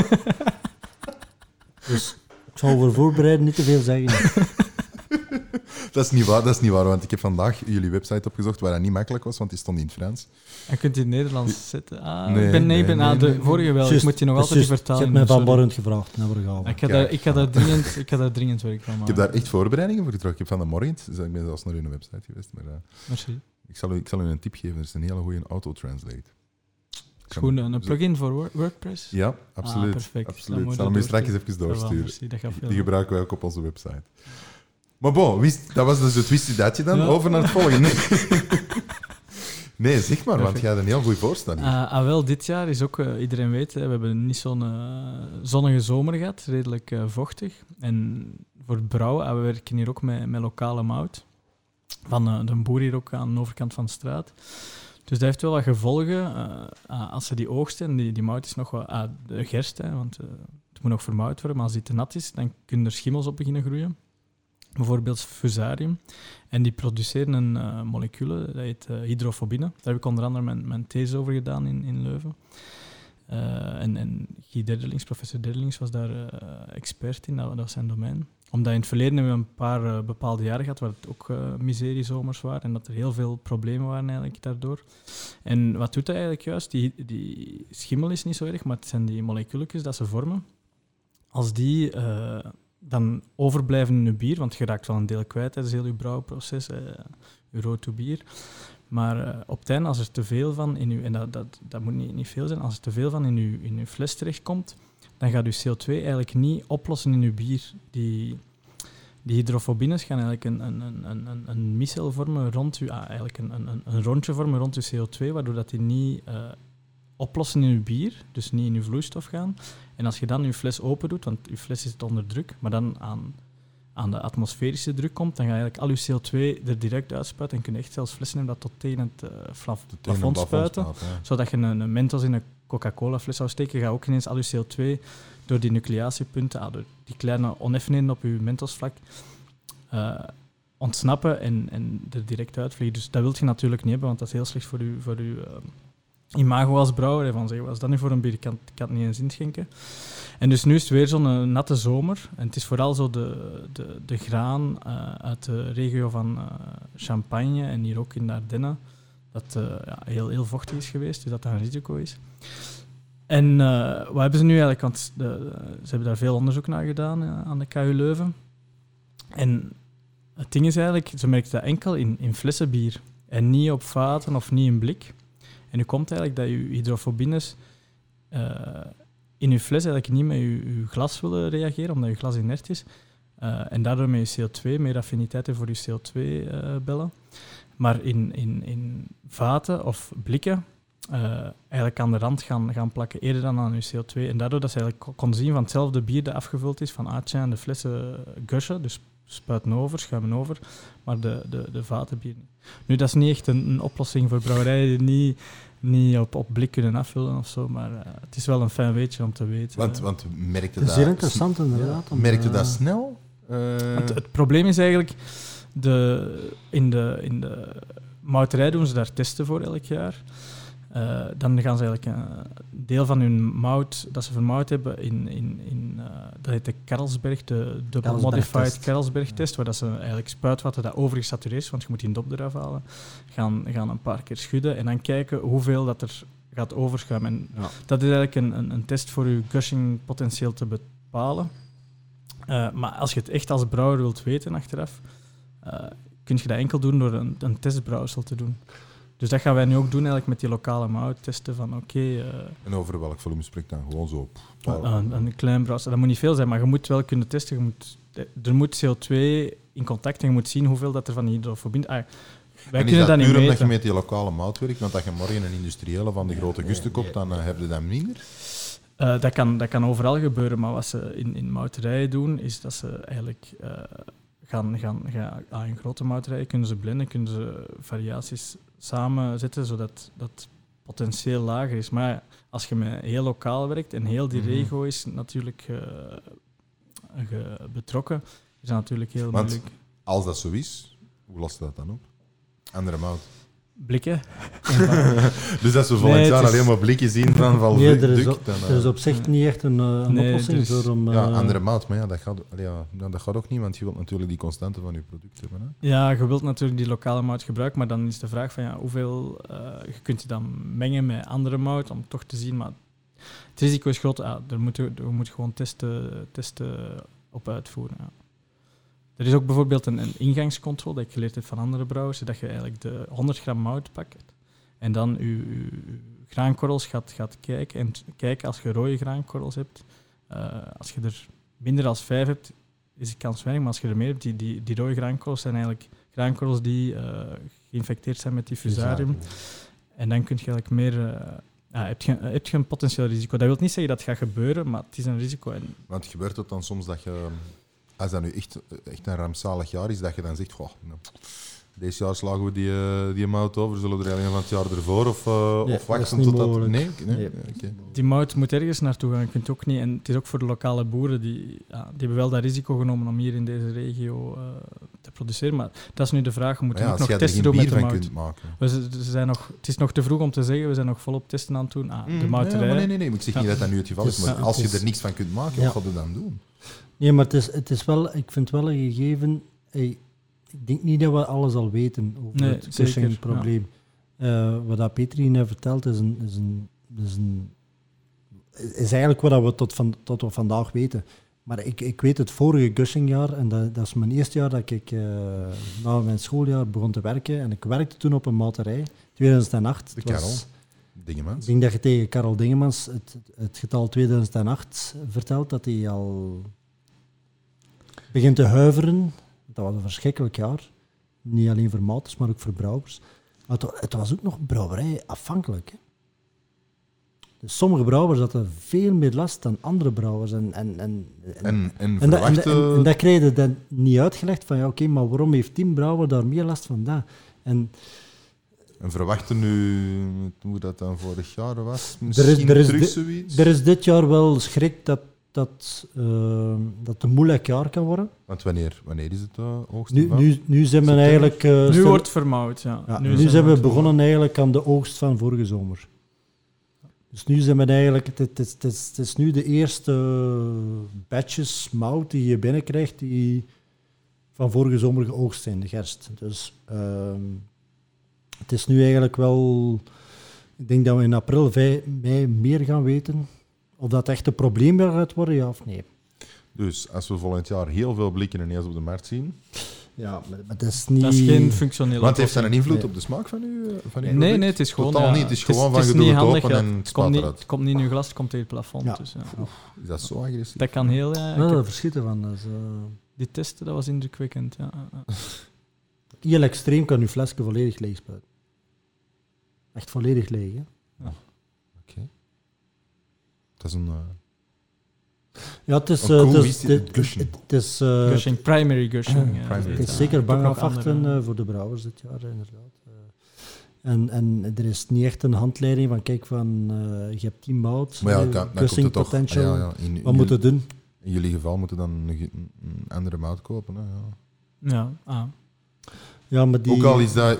Dus ik zal voor voorbereiden niet te veel zeggen. Dat is niet waar, want ik heb vandaag jullie website opgezocht, waar dat niet makkelijk was, want die stond in het Frans. En kunt je het Nederlands zetten? Nee, Ik ben nee. de vorige wel. Juist, Ik moet je nog dat is altijd die juist. vertalen. Je hebt mij van sorry. Borrent gevraagd, naar waar gaan we? Ik ga daar dringend werk van Ik maken. heb daar echt voorbereidingen voor getrokken. Ik heb van de morgen, dus ik ben zelfs naar hun website geweest, maar Merci. ik zal u een tip geven. Er is een hele goede auto-translate. Is gewoon een plugin voor WordPress? Ja, absoluut. Perfect. Dan Absoluut. moet Ik je zal hem dat straks eens doorsturen. even doorsturen. Merci, dat gaat veel. Die gebruiken wij ook op onze website. Maar bon, dat was dus het wist je datje dan. Ja. Over naar het volgende. Nee, zeg maar, want Perfect. jij had een heel goede voorstelling. Wel, dit jaar is ook, iedereen weet, we hebben niet zo'n zonnige zomer gehad, redelijk vochtig. En voor het brouwen, we werken hier ook met lokale mout. Van de boer hier ook aan de overkant van de straat. Dus dat heeft wel wat gevolgen. Als ze die oogsten, en die mout is nog wat... de gerst, want het moet nog vermouwd worden, maar als die te nat is, dan kunnen er schimmels op beginnen groeien. Bijvoorbeeld fusarium. En die produceren een molecule, dat heet hydrofobine. Daar heb ik onder andere mijn these over gedaan in Leuven. En Guy Derdelings, professor Derdelings, was daar expert in, dat was zijn domein. Omdat in het verleden hebben we een paar bepaalde jaren gehad waar het ook miseriezomers waren en dat er heel veel problemen waren eigenlijk daardoor. En wat doet dat eigenlijk juist? Die schimmel is niet zo erg, maar het zijn die moleculetjes dat ze vormen. Als die dan overblijven in je bier, want je raakt wel een deel kwijt tijdens heel je brouwproces, je rood bier. Maar op het einde, als er te veel van in je, en dat moet niet veel zijn, als er te veel van in je fles terechtkomt, dan gaat je CO2 eigenlijk niet oplossen in je bier. Die hydrofobines gaan eigenlijk een micel vormen rond je, eigenlijk een rondje vormen rond je CO2, waardoor dat die niet oplossen in je bier, dus niet in je vloeistof gaan. En als je dan je fles open doet, want je fles is onder druk, maar dan aan de atmosferische druk komt, dan ga je eigenlijk al je CO2 er direct uitspuiten en kun je echt zelfs flessen hebben dat tot tegen het plafond spuiten. Zodat je een Mentos in een Coca-Cola fles zou steken, ga ook ineens al je CO2 door die nucleatiepunten, door die kleine oneffenheden op je Mentos-vlak, ontsnappen en er direct uitvliegen. Dus dat wil je natuurlijk niet hebben, want dat is heel slecht voor je imago als brouwer. Van zeggen, was dat nu voor een bier? Ik kan het niet eens inschenken. En dus nu is het weer zo'n natte zomer. En het is vooral zo de graan uit de regio van Champagne en hier ook in de Ardennen, dat heel, heel vochtig is geweest, dus dat een risico is. En wat hebben ze nu eigenlijk? Want ze hebben daar veel onderzoek naar gedaan aan de KU Leuven. En het ding is eigenlijk, ze merken dat enkel in flessenbier en niet op vaten of niet in blik. En nu komt eigenlijk dat je hydrofobines in je fles eigenlijk niet met je glas willen reageren, omdat je glas inert is. En daardoor met je CO2 meer affiniteit voor je CO2-bellen. Maar in vaten of blikken eigenlijk aan de rand gaan plakken, eerder dan aan je CO2. En daardoor dat ze eigenlijk kon zien van hetzelfde bier dat afgevuld is van en de flessen gushen, dus spuiten over, schuimen over, maar de vatenbier niet. Nu, dat is niet echt een oplossing voor brouwerijen die niet op blik kunnen afvullen of zo, maar het is wel een fijn weetje om te weten. Want merkte Het is dat... zeer interessant inderdaad. Merkte dat snel? Het probleem is eigenlijk, in de mouterij doen ze daar testen voor elk jaar. Dan gaan ze eigenlijk een deel van hun mout dat ze vermouwd hebben dat heet de Carlsberg, de Double Modified Carlsberg-test, waar dat ze eigenlijk spuitwater dat overgesatureerd is, want je moet die dop eraf halen, gaan een paar keer schudden en dan kijken hoeveel dat er gaat overschuimen. En dat is eigenlijk een test voor je gushing-potentieel te bepalen. Maar als je het echt als brouwer wilt weten achteraf, kun je dat enkel doen door een testbrouwsel te doen. Dus dat gaan wij nu ook doen eigenlijk met die lokale mout, testen van En over welk volume spreekt dan? Gewoon zo? Een klein brouwsel. Dat moet niet veel zijn, maar je moet wel kunnen testen. Er moet CO2 in contact en je moet zien hoeveel dat er van die hydrofobine... Wij kunnen dat niet puur meten. omdat je met die lokale mout werkt, want als je morgen een industriële van de grote gusten koopt, dan heb je dat minder? Dat kan overal gebeuren, maar wat ze in mouterijen doen, is dat ze eigenlijk in grote mouterijen kunnen ze blenden, kunnen ze variaties samenzetten, zodat potentieel lager is. Maar als je met heel lokaal werkt en heel die regio is natuurlijk betrokken, is dat natuurlijk heel Want moeilijk. als dat zo is, hoe lost je dat dan op? Andere mout. Blikken. Dus dat we volgend Nee, jaar het is- alleen maar blikken zien van Nee, er is, Duc, dan, er is op zich niet echt een Nee, oplossing er is- voor om... ja, andere mout, maar ja, dat gaat ook niet, want je wilt natuurlijk die constante van je product hebben. Hè? Ja, je wilt natuurlijk die lokale mout gebruiken, maar dan is de vraag van hoeveel... je kunt je dan mengen met andere mout om toch te zien, maar het risico is groot. We moeten gewoon testen op uitvoeren. Ja. Er is ook bijvoorbeeld een ingangscontrole dat ik geleerd heb van andere brouwers, dat je eigenlijk de 100 gram mout pakt en dan je graankorrels gaat kijken. En kijken als je rode graankorrels hebt, als je er minder dan 5 hebt, is de kans weinig. Maar als je er meer hebt, die rode graankorrels zijn eigenlijk graankorrels die geïnfecteerd zijn met diffusarium. En dan kun je eigenlijk meer... heb je een potentieel risico. Dat wil niet zeggen dat het gaat gebeuren, maar het is een risico. En Want gebeurt het dan soms dat je, als dat nu echt een rampzalig jaar is, dat je dan zegt, goh, nou, deze jaar slagen we die mout over, zullen we er alleen van het jaar ervoor of dat wachten is niet tot dat... mogelijk. Nee? Nee. Oké. die mout moet ergens naartoe gaan. Je kunt ook niet. En het is ook voor de lokale boeren, die hebben wel dat risico genomen om hier in deze regio te produceren. Maar dat is nu de vraag. We Maar moeten ja, ook als nog jij er testen geen doen met bier de van mout. kunt maken... Het is nog te vroeg om te zeggen, we zijn nog volop testen aan het doen. De mouterij. Nee, maar ik zeg niet dat dat nu het geval is, Het maar is- als het je is- er niks van kunt maken, Ja. wat ga je dan doen? Nee, maar het is wel, ik vind wel een gegeven... ik denk niet dat we alles al weten over Nee, het zeker, Cushing-probleem. Wat dat Petri net vertelt, is eigenlijk wat we tot we vandaag weten. Maar ik weet het vorige Cushing-jaar, en dat is mijn eerste jaar dat ik na mijn schooljaar begon te werken. En ik werkte toen op een mouterij, 2008. De Het was- Karel. Dingemans. Ik denk dat je tegen Karel Dingemans het getal 2008 vertelt, dat hij al begint te huiveren. Dat was een verschrikkelijk jaar. Niet alleen voor mouters, maar ook voor brouwers. Maar het was ook nog brouwerij afhankelijk. Hè. Dus sommige brouwers hadden veel meer last dan andere brouwers. En verwachten... dat kreeg je dan niet uitgelegd van, ja, oké, maar waarom heeft die brouwer daar meer last van dat? En En verwachten nu, hoe dat dan vorig jaar was, misschien er is terug di- zoiets? er is dit jaar wel schrik dat het een moeilijk jaar kan worden. Want wanneer is het oogst? Nu zijn we September? eigenlijk... Nu wordt vermouwd, ja. Ja, Nu nu zijn zijn we het- begonnen eigenlijk aan de oogst van vorige zomer. Dus nu zijn we eigenlijk... Het is nu de eerste batches mout die je binnenkrijgt die van vorige zomer geoogst zijn, de gerst. Dus het is nu eigenlijk wel... Ik denk dat we in april, mei meer gaan weten of dat echt een probleem gaat worden, ja of nee. Dus als we volgend jaar heel veel blikken ineens op de markt zien, Ja, maar het is niet... Dat is geen functionele want heeft dat een invloed Nee. op de smaak van uw product? Nee, het is gewoon... Totaal ja, niet, het is gewoon van je niet doet het handig, open ja. en het Het spat komt niet, eruit. het komt niet in je glas, het komt tegen het plafond. Ja. Dus, ja. Is dat zo agressief? Dat kan heel... Ja, Ja, ik heb daar verschieten van. Dus, die testen, dat was indrukwekkend. Ja. heel extreem kan uw flesje volledig leeg spuiten. Echt volledig leeg, hè? Oké. Dat is een... Ja, het is... Een cool het wist is, je, het- gushing. het is, Gushing, primary gushing. ja. primary. het Ja. is zeker bang Ook nog afwachten andere- voor de brouwers dit jaar, inderdaad. En er is niet echt een handleiding van, kijk, je hebt 10 mout, Maar ja, dan komt gushing het toch... potential, ja, wat moet je doen? In jullie geval moeten dan een andere mout kopen. Hè, ja. Ja, Ja, maar die... Ook al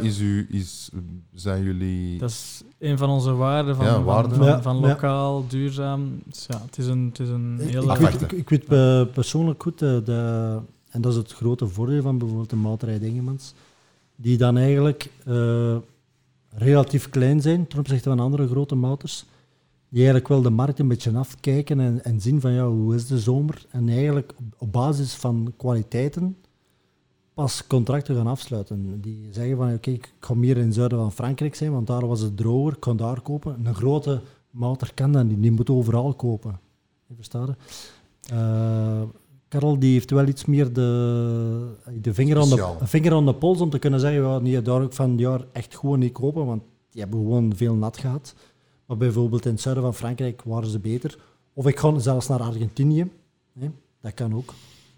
zijn jullie... dat is een van onze waarden van, Ja, van, waarden. van, Ja, van ja. lokaal, duurzaam. Dus ja, het is een heel... Ik weet persoonlijk goed, en dat is het grote voordeel van bijvoorbeeld de mouterij Dingemans, die dan eigenlijk relatief klein zijn ten opzichte van andere grote mouters, die eigenlijk wel de markt een beetje afkijken en zien van, ja, hoe is de zomer? En eigenlijk op basis van kwaliteiten pas contracten gaan afsluiten. Die zeggen van, oké, ik ga meer in het zuiden van Frankrijk zijn, want daar was het droger, ik kan daar kopen. Een grote mouter kan dat niet, die moet overal kopen. Je verstaat het? Karel die heeft wel iets meer de vinger aan de pols om te kunnen zeggen, ja, nee, daar ook van het jaar echt gewoon niet kopen, want die hebben gewoon veel nat gehad. Maar bijvoorbeeld in het zuiden van Frankrijk waren ze beter. Of ik ga zelfs naar Argentinië. Hè? Dat kan ook.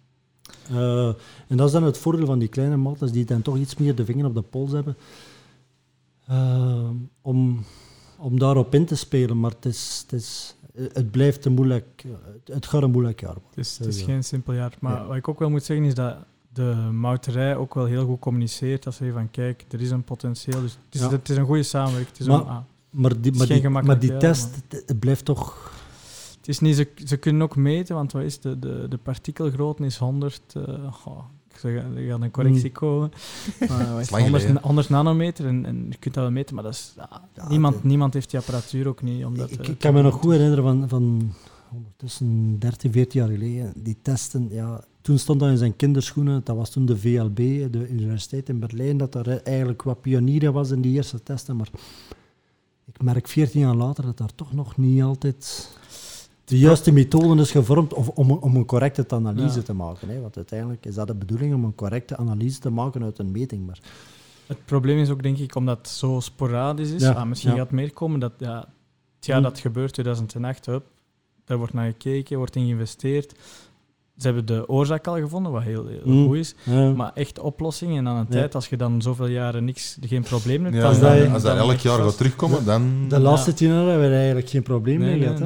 En dat is dan het voordeel van die kleine malters die dan toch iets meer de vinger op de pols hebben. Om om daarop in te spelen, maar het blijft een moeilijk... Het gaat een moeilijk jaar worden. Het is geen simpel jaar. Maar wat ik ook wel moet zeggen is dat de mouterij ook wel heel goed communiceert. Dat ze zeggen van, kijk, er is een potentieel. Dus het is een goede samenwerking. Het is maar die test, het blijft toch... Het is niet, ze kunnen ook meten, want wat is de partikelgrootte is 100... er gaat een correctie komen. 100 nanometer en je kunt dat wel meten, maar dat is, niemand heeft die apparatuur ook niet. Ik kan me nog goed herinneren van ondertussen 13, 14 jaar geleden, die testen, toen stond dat in zijn kinderschoenen, dat was toen de VLB, de Universiteit in Berlijn, dat daar eigenlijk wat pionieren was in die eerste testen, maar ik merk 14 jaar later dat daar toch nog niet altijd de juiste methode is gevormd om een correcte analyse te maken. Hè? Want uiteindelijk is dat de bedoeling om een correcte analyse te maken uit een meting. Maar... Het probleem is ook, denk ik, omdat het zo sporadisch is. Misschien gaat het meer komen dat het jaar dat gebeurt, 2008, daar wordt naar gekeken, wordt in geïnvesteerd. Ze hebben de oorzaak al gevonden, wat heel goed is. Ja. Maar echt oplossingen en aan een tijd, als je dan zoveel jaren geen probleem hebt... Als dat elk jaar gaat terugkomen, dan... De laatste 10 jaar hebben we eigenlijk geen probleem mee gehad.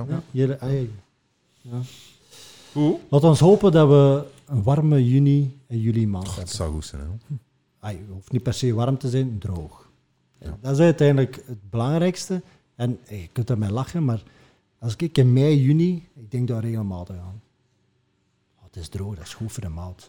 Laat ons hopen dat we een warme juni en juli maand hebben. Dat zou goed zijn, hè? Het hoeft niet per se warm te zijn, droog. Ja. Dat is uiteindelijk het belangrijkste. En je kunt ermee lachen, maar als ik in mei, juni, ik denk daar regelmatig aan. Het is droog, dat is goed voor de mout.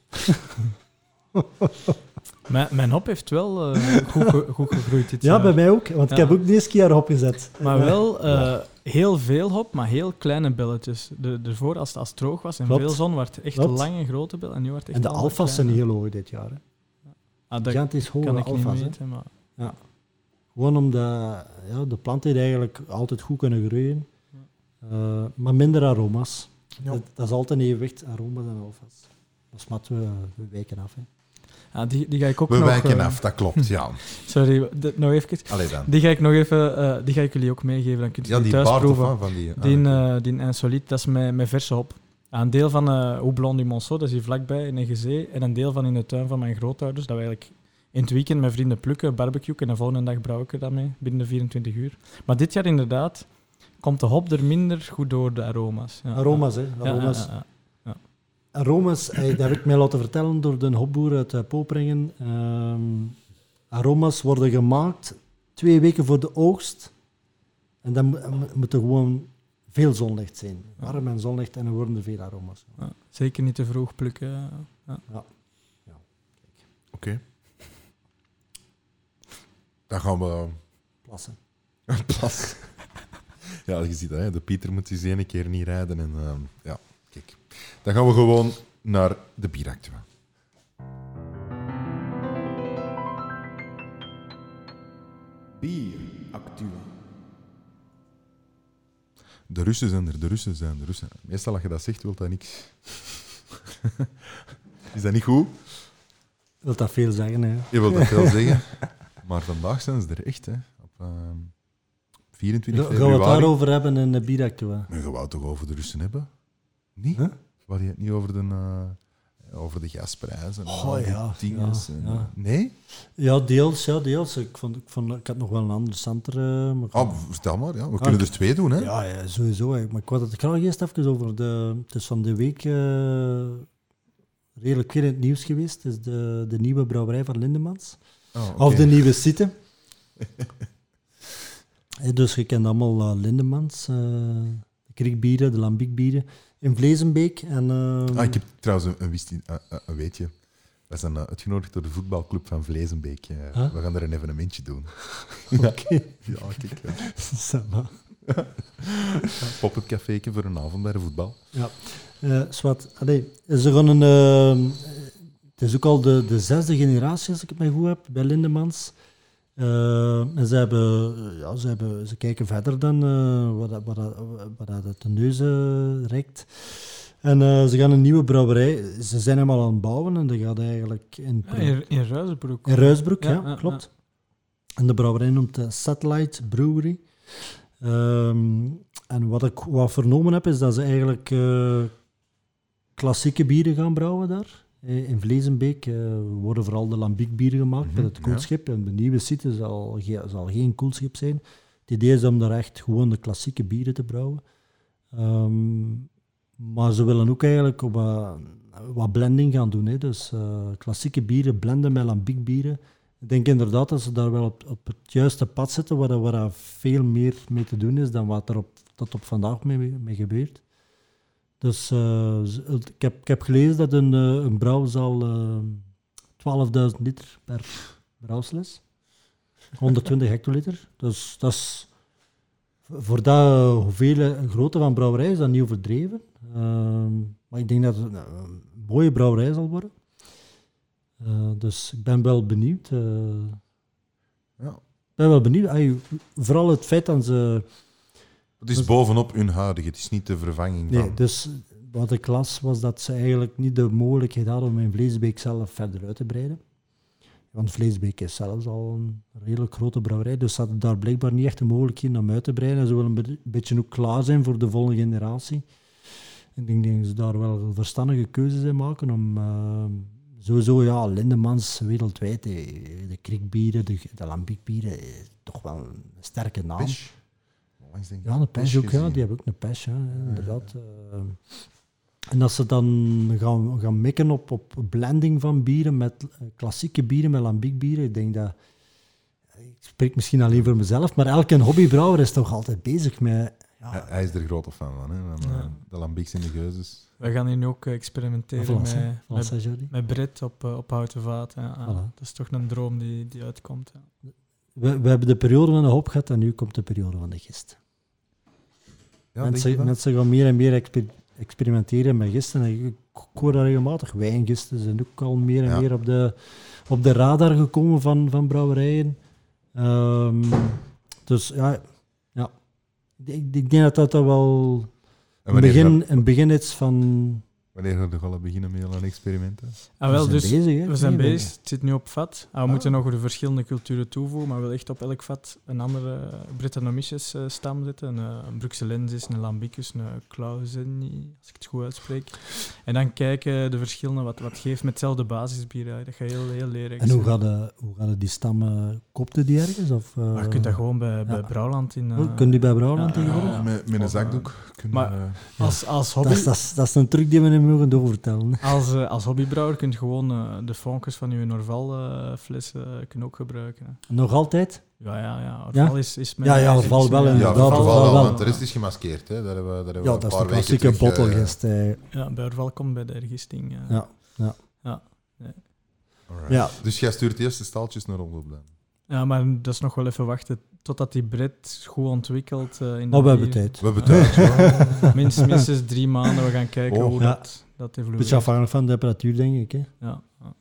Mijn hop heeft wel goed gegroeid dit jaar. Ja, bij mij ook, want ik heb ook deze keer hop gezet. Maar wel heel veel hop, maar heel kleine belletjes. Ervoor, als het droog was en veel zon, werd het echt lange, grote bellen. En nu wordt het echt de alfa's zijn heel hoog dit jaar. Dat gigantisch hoge kan ik alfa's, niet weten, maar... Ja. Gewoon omdat de planten die eigenlijk altijd goed kunnen groeien, maar minder aroma's. Ja. Dat is altijd een evenwicht, aroma's en alfa's. Dat smatten we wijken af. Hè. Ja, die ga ik ook we wijken af, dat klopt, ja. Sorry, nog even. Allee dan. Die ga ik nog even, die ga ik jullie ook meegeven, dan kunt je die thuis proeven. Die Insolite, dat is met verse hop. Een deel van Houblon du Monceau, dat is hier vlakbij in Egezee, en een deel van in de tuin van mijn grootouders, dat we eigenlijk in het weekend met vrienden plukken, barbecue, en de volgende dag brouw ik er dat mee, binnen de 24 uur. Maar dit jaar inderdaad komt de hop er minder goed door de aroma's. Ja. Aroma's, hè. Aroma's. Ja. Aroma's, dat heb ik mij laten vertellen door de hopboer uit Poperingen. Aroma's worden gemaakt 2 weken voor de oogst. En dan moet er gewoon veel zonlicht zijn. Warm en zonlicht en dan worden er veel aroma's. Ja, zeker niet te vroeg plukken. Ja. Oké. Dan gaan we... Plassen. Plassen. Ja, je ziet dat, hè. De Pieter moet eens 1 keer niet rijden. En, kijk. Dan gaan we gewoon naar de bieractua. Bieractua. De Russen zijn er, de Russen zijn er. Meestal als je dat zegt, wil dat niks. Is dat niet goed? Je wilt dat veel zeggen, hè? Je wilt dat veel zeggen. Maar vandaag zijn ze er echt, hè. Op 24 februari. Gaan we het daarover hebben in de bieractua? Maar je wou het toch over de Russen hebben? Niet? Huh? Wou je het niet over de gasprijzen? Nee? Ja, deels. Ik had nog wel een ander center. Vertel maar. Ja. We kunnen er 2 doen, hè? Ja, sowieso. Maar ik wou het graag eerst even over het is van de week redelijk weer in het nieuws geweest. Het is de nieuwe brouwerij van Lindemans. Okay. Of de nieuwe site. Dus je kent allemaal Lindemans, de kriekbieren, de lambiekbieren, in Vlezenbeek. Ik heb trouwens een weetje. We zijn uitgenodigd door de voetbalclub van Vlezenbeek. We gaan er een evenementje doen. Oké. Ja, kijk. Pop-up caféke voor een avond bij de voetbal. Ja. Zwart. Ze gaan het is ook al de 6e generatie, als ik het mij goed heb, bij Lindemans. En ze kijken verder dan wat het de neus reikt. En ze gaan een nieuwe brouwerij. Ze zijn helemaal aan het bouwen en dat gaat eigenlijk in Ruisbroek. In Ruisbroek, ja, klopt. En de brouwerij noemt Satellite Brewery. En wat ik vernomen heb, is dat ze eigenlijk klassieke bieren gaan brouwen daar. In Vlezenbeek worden vooral de lambiekbieren gemaakt met het koelschip. En de nieuwe site zal geen koelschip zijn. Het idee is om daar echt gewoon de klassieke bieren te brouwen. Maar ze willen ook eigenlijk wat blending gaan doen. Hè. Dus klassieke bieren blenden met lambiekbieren. Ik denk inderdaad dat ze daar wel op het juiste pad zitten, waar er veel meer mee te doen is dan wat er tot op vandaag mee gebeurt. Dus ik heb gelezen dat een brouwzaal 12.000 liter per brouwsles, 120 hectoliter. Dus dat is voor dat hoeveel grootte van brouwerij is dat niet overdreven. Maar ik denk dat het een mooie brouwerij zal worden. Dus ik ben wel benieuwd. Ik ben wel benieuwd. Vooral het feit dat ze... Het is bovenop hun huidige, het is niet de vervanging van... Nee, dus wat ik las was dat ze eigenlijk niet de mogelijkheid hadden om in Vleesbeek zelf verder uit te breiden. Want Vleesbeek is zelfs al een redelijk grote brouwerij, dus ze hadden daar blijkbaar niet echt de mogelijkheid om uit te breiden. En ze willen een beetje ook klaar zijn voor de volgende generatie. Ik denk dat ze daar wel verstandige keuzes in maken om... Sowieso, ja, Lindemans wereldwijd, de kriekbieren, de lambiekbieren, toch wel een sterke naam. Pesch. Ja, een Pesch ook, ja, die hebben ook een Pesch, inderdaad. En als ze dan gaan mikken op blending van bieren, met klassieke bieren, met lambiekbieren, ik denk dat... Ik spreek misschien alleen voor mezelf, maar elke hobbybrouwer is toch altijd bezig met... Ja, Hij is er grote fan van, hè? De lambieks en de geuzes. We gaan hier nu ook experimenteren met Brit op houten vaat. Ja. Voilà. Dat is toch een droom die uitkomt. Ja. We hebben de periode van de hop gehad en nu komt de periode van de gist. Ja, mensen gaan meer en meer experimenteren met gisten. Ik hoor dat regelmatig. Wijngisten zijn ook al meer en meer op de radar gekomen van brouwerijen. Dus ja. Ik denk dat wel een begin is van... Wanneer gaan we beginnen met aan experimenten? We zijn bezig. Het zit nu op vat. We moeten nog de verschillende culturen toevoegen, maar we willen echt op elk vat een andere Brettanomyces stam zetten. Een Bruxellensis, een Lambicus, een Clauseni, als ik het goed uitspreek. En dan kijken de verschillende wat geeft met hetzelfde basisbier. Dat gaat heel leerrijk zijn. En hoe gaan die stammen? Koopte die ergens? Of, je kunt dat gewoon bij Brouwland. Kun je bij Brouwland tegenwoordig? Met een zakdoek. Als hobby... Dat is een truc die we niet mogen doorvertellen. Als hobbybrouwer kun je gewoon de fonkers van je Norval-flessen ook gebruiken. Nog altijd? Ja. Orval is met... Ja, Orval wel inderdaad. Ja, Orval wel, want de rest is gemaskeerd. Hè. Daar hebben we dat is de klassieke bottelgist. Ja, bij Orval komt bij de ergisting. Ja. Nee. Ja. Dus jij stuurt eerst de staaltjes naar omloop dan? Ja, maar dat is nog wel even wachten totdat die Brit goed ontwikkelt. We hebben tijd. We hebben tijd, minstens 3 maanden. We gaan kijken hoe dat evolueert. Beetje afhankelijk van de temperatuur, denk ik. Hè. Ja.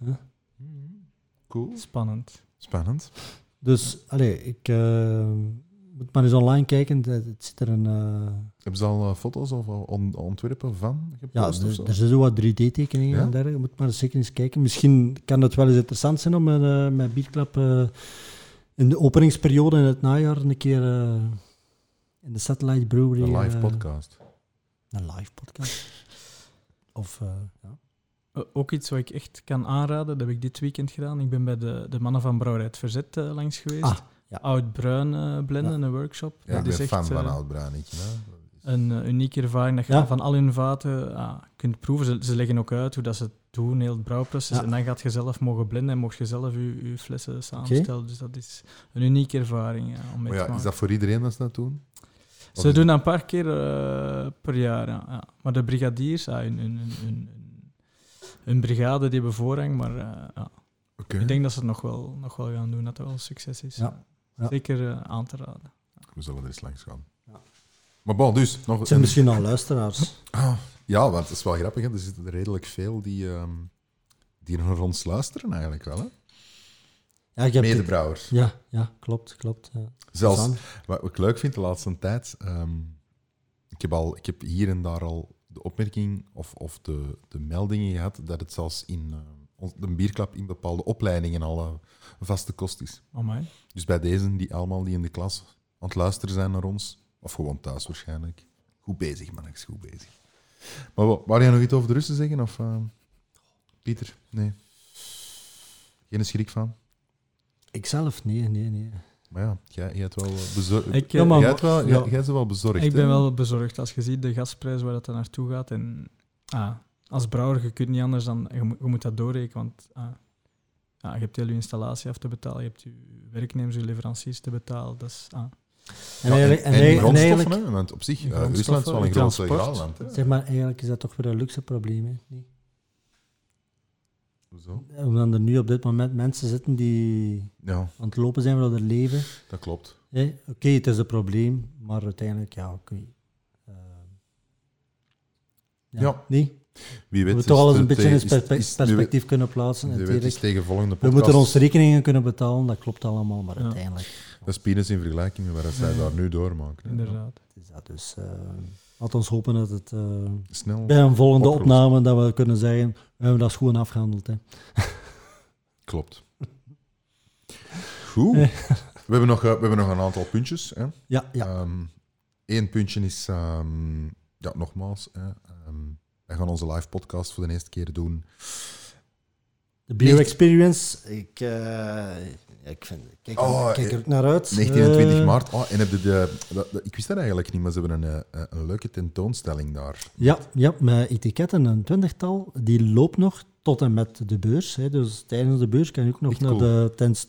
Cool. Spannend. Dus, ik moet maar eens online kijken. Het zit er een... Hebben ze al foto's of ontwerpen van gepost? Ja, er zijn zo wat 3D-tekeningen en dergelijke. Je moet maar zeker eens kijken. Misschien kan het wel eens interessant zijn om met Bierklap in de openingsperiode in het najaar een keer in de Satellite Brewery... Een live podcast. Een live podcast. Of, ook iets wat ik echt kan aanraden, dat heb ik dit weekend gedaan. Ik ben bij de mannen van Brouwerij Het Verzet langs geweest. Oud-bruin blenden, een workshop. Ja, ik ben fan van oud-bruin. Een unieke ervaring dat je van al hun vaten kunt proeven. Ze leggen ook uit hoe dat ze het doen, heel het brouwproces. En dan gaat je zelf mogen blenden en mocht je zelf je flessen samenstellen. Okay. Dus dat is een unieke ervaring om mee te maken. Is dat voor iedereen dat ze dat doen? Ze doen dat een paar keer per jaar. Ja. Maar de brigadiers, hun brigade, die hebben voorrang. Maar ik denk dat ze het nog wel gaan doen, dat het wel een succes is. Ja. Zeker aan te raden. We zullen er eens langs gaan. Ja. Maar bon, dus... Het zijn misschien al luisteraars. Ja, want het is wel grappig. Hè? Er zitten redelijk veel die naar ons luisteren eigenlijk wel. Hè? Ja, medebrouwers. Ja, klopt. Ja. Zelfs, wat ik leuk vind de laatste tijd... Ik heb hier en daar al de opmerking of de meldingen gehad dat het zelfs in de Bierklap in bepaalde opleidingen al een vaste kost is. Amai. Dus bij deze, die allemaal die in de klas aan het luisteren zijn naar ons, of gewoon thuis waarschijnlijk. Goed bezig, mannetjes, goed bezig. Maar wou jij nog iets over de Russen zeggen? Of, Pieter? Nee. Geen schrik van? Ikzelf? Nee. Maar ja, jij hebt wel bezorgd. Ja, maar- Jij bent wel bezorgd. Ik ben hè? wel bezorgd als je ziet de gasprijs waar dat naartoe gaat. En als brouwer, je kunt niet anders dan... Je moet dat doorrekenen, want je hebt heel je installatie af te betalen, je hebt je werknemers, je leveranciers te betalen. Dat is... En eigenlijk, en grondstoffen, hè? Want op zich, grondstoffen, Rusland is wel een groot transport. graalland. Hè? zeg maar, eigenlijk is dat toch weer een luxe probleem, hè? Niet? Hoezo? Omdat er nu op dit moment mensen zitten die Ja, aan het lopen zijn voor hun leven. dat klopt. Oké, het is een probleem, maar uiteindelijk, Ja. niet? Wie weet We moeten toch alles een het- beetje in is- perspectief kunnen plaatsen. Wie weet Natuurlijk. is tegen volgende We podcast. moeten onze rekeningen kunnen betalen, dat klopt allemaal, maar Ja. uiteindelijk... Dat is peanuts in vergelijking met wat zij Ja. daar nu doormaken. hè. Inderdaad. is dat dus... laat ons hopen dat het Snel. bij een volgende Oplossen. opname dat we kunnen zeggen, we hebben dat schoon afgehandeld. Hè. Klopt. Goed. We hebben nog een aantal puntjes. Hè. Ja. Eén puntje is, nogmaals, wij gaan onze live podcast voor de eerste keer doen. De Beer Experience, ik kijk er ook naar uit. 19 en 20 maart. En heb je ik wist dat eigenlijk niet, maar ze hebben een leuke tentoonstelling daar. Ja, met etiketten, een 20-tal. Die loopt nog tot en met de beurs. Hè. Dus tijdens de beurs kan je ook nog Echt naar cool. de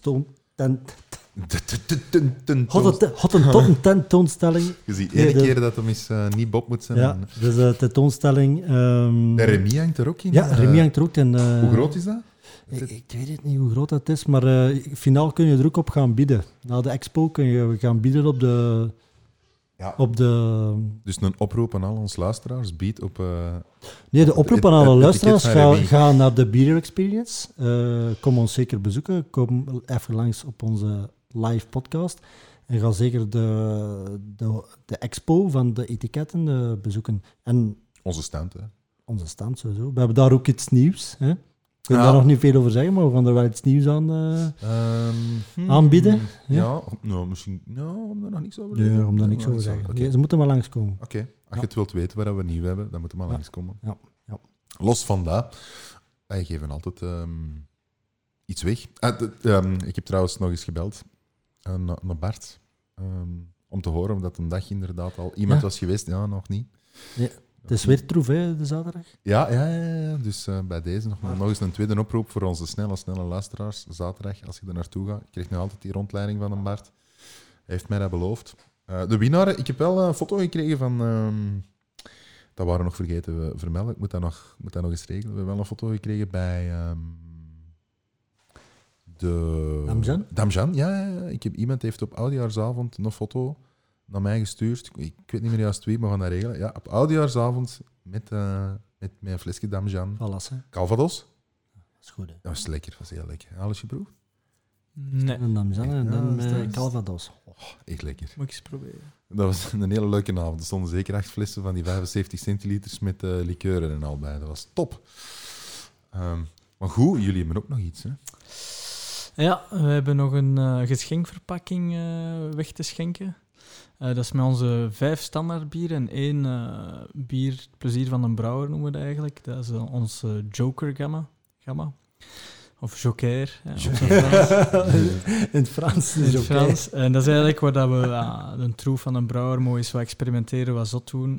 Je tentoonstelling. ziet Nee, één de- keer dat hem is niet Bob moet zijn. Ja, dus de tentoonstelling... En Remy hangt er ook in. Ja, Remy hangt er ook in. Hoe groot is dat? Ik weet het niet hoe groot dat is, maar finaal kun je er ook op gaan bieden. Na de expo kun je gaan bieden op de... Ja. Op de Dus een oproep aan al onze luisteraars. Bied op... nee, de oproep aan alle het luisteraars, etiket van Remy. ga naar de Beer Experience. Kom ons zeker bezoeken. Kom even langs op onze live podcast. En ga zeker de expo van de etiketten bezoeken. En onze stand, hè. onze stand sowieso. We hebben daar ook iets nieuws. Hè? Ik wil Ja. daar nog niet veel over zeggen, maar we gaan er wel iets nieuws aan... Aanbieden? Ja, nou, misschien... Nou, om daar nog niks over te Nee, zeggen. om daar niks Ja, over te zo, zeggen. Oké, Nee, ze moeten maar langskomen. Oké. Als Ja. je het wilt weten waar we nieuw hebben, dan moeten we maar Ja. langskomen. Ja. Los van dat, wij geven altijd iets weg. Ik heb trouwens nog eens gebeld naar Bart, om te horen of dat een dag inderdaad al iemand Ja. was geweest. Ja, nog niet. Het is weer troef, hè, de zaterdag. Ja. Dus bij deze nog eens een tweede oproep voor onze snelle luisteraars. Zaterdag, als je er naartoe gaat. Ik krijg nog altijd die rondleiding van een Bart. Hij heeft mij dat beloofd. De winnaar, ik heb wel een foto gekregen van... dat waren we nog vergeten vermelden. Ik moet dat nog eens regelen. We hebben wel een foto gekregen bij... de... Damjan, ja. Iemand heeft op oudejaarsavond een foto naar mij gestuurd. Ik weet niet meer juist wie, maar we gaan dat regelen. Ja, op oudejaarsavond met een flesje Damjan. Alles, hè. Calvados. Dat is goed, hè. Dat was lekker, dat was heel lekker. Alles geproefd? Nee, En dan en Ja, dan dat is- Calvados. Echt lekker. moet ik eens proberen. Dat was een hele leuke avond. Er stonden zeker 8 flessen van die 75 centiliters met likeuren en al bij. Dat was top. Maar goed, jullie hebben ook nog iets, hè? Ja, we hebben nog een geschenkverpakking weg te schenken. Dat is met onze 5 standaard bieren en 1 bier, het plezier van een brouwer noemen we dat eigenlijk. Dat is ons Joker Gamma. Of Joker. Ja, op zijn Frans. In het Frans. In het Frans. En dat is eigenlijk waar dat we een troef van een brouwer mooi eens wat experimenteren, wat zot doen.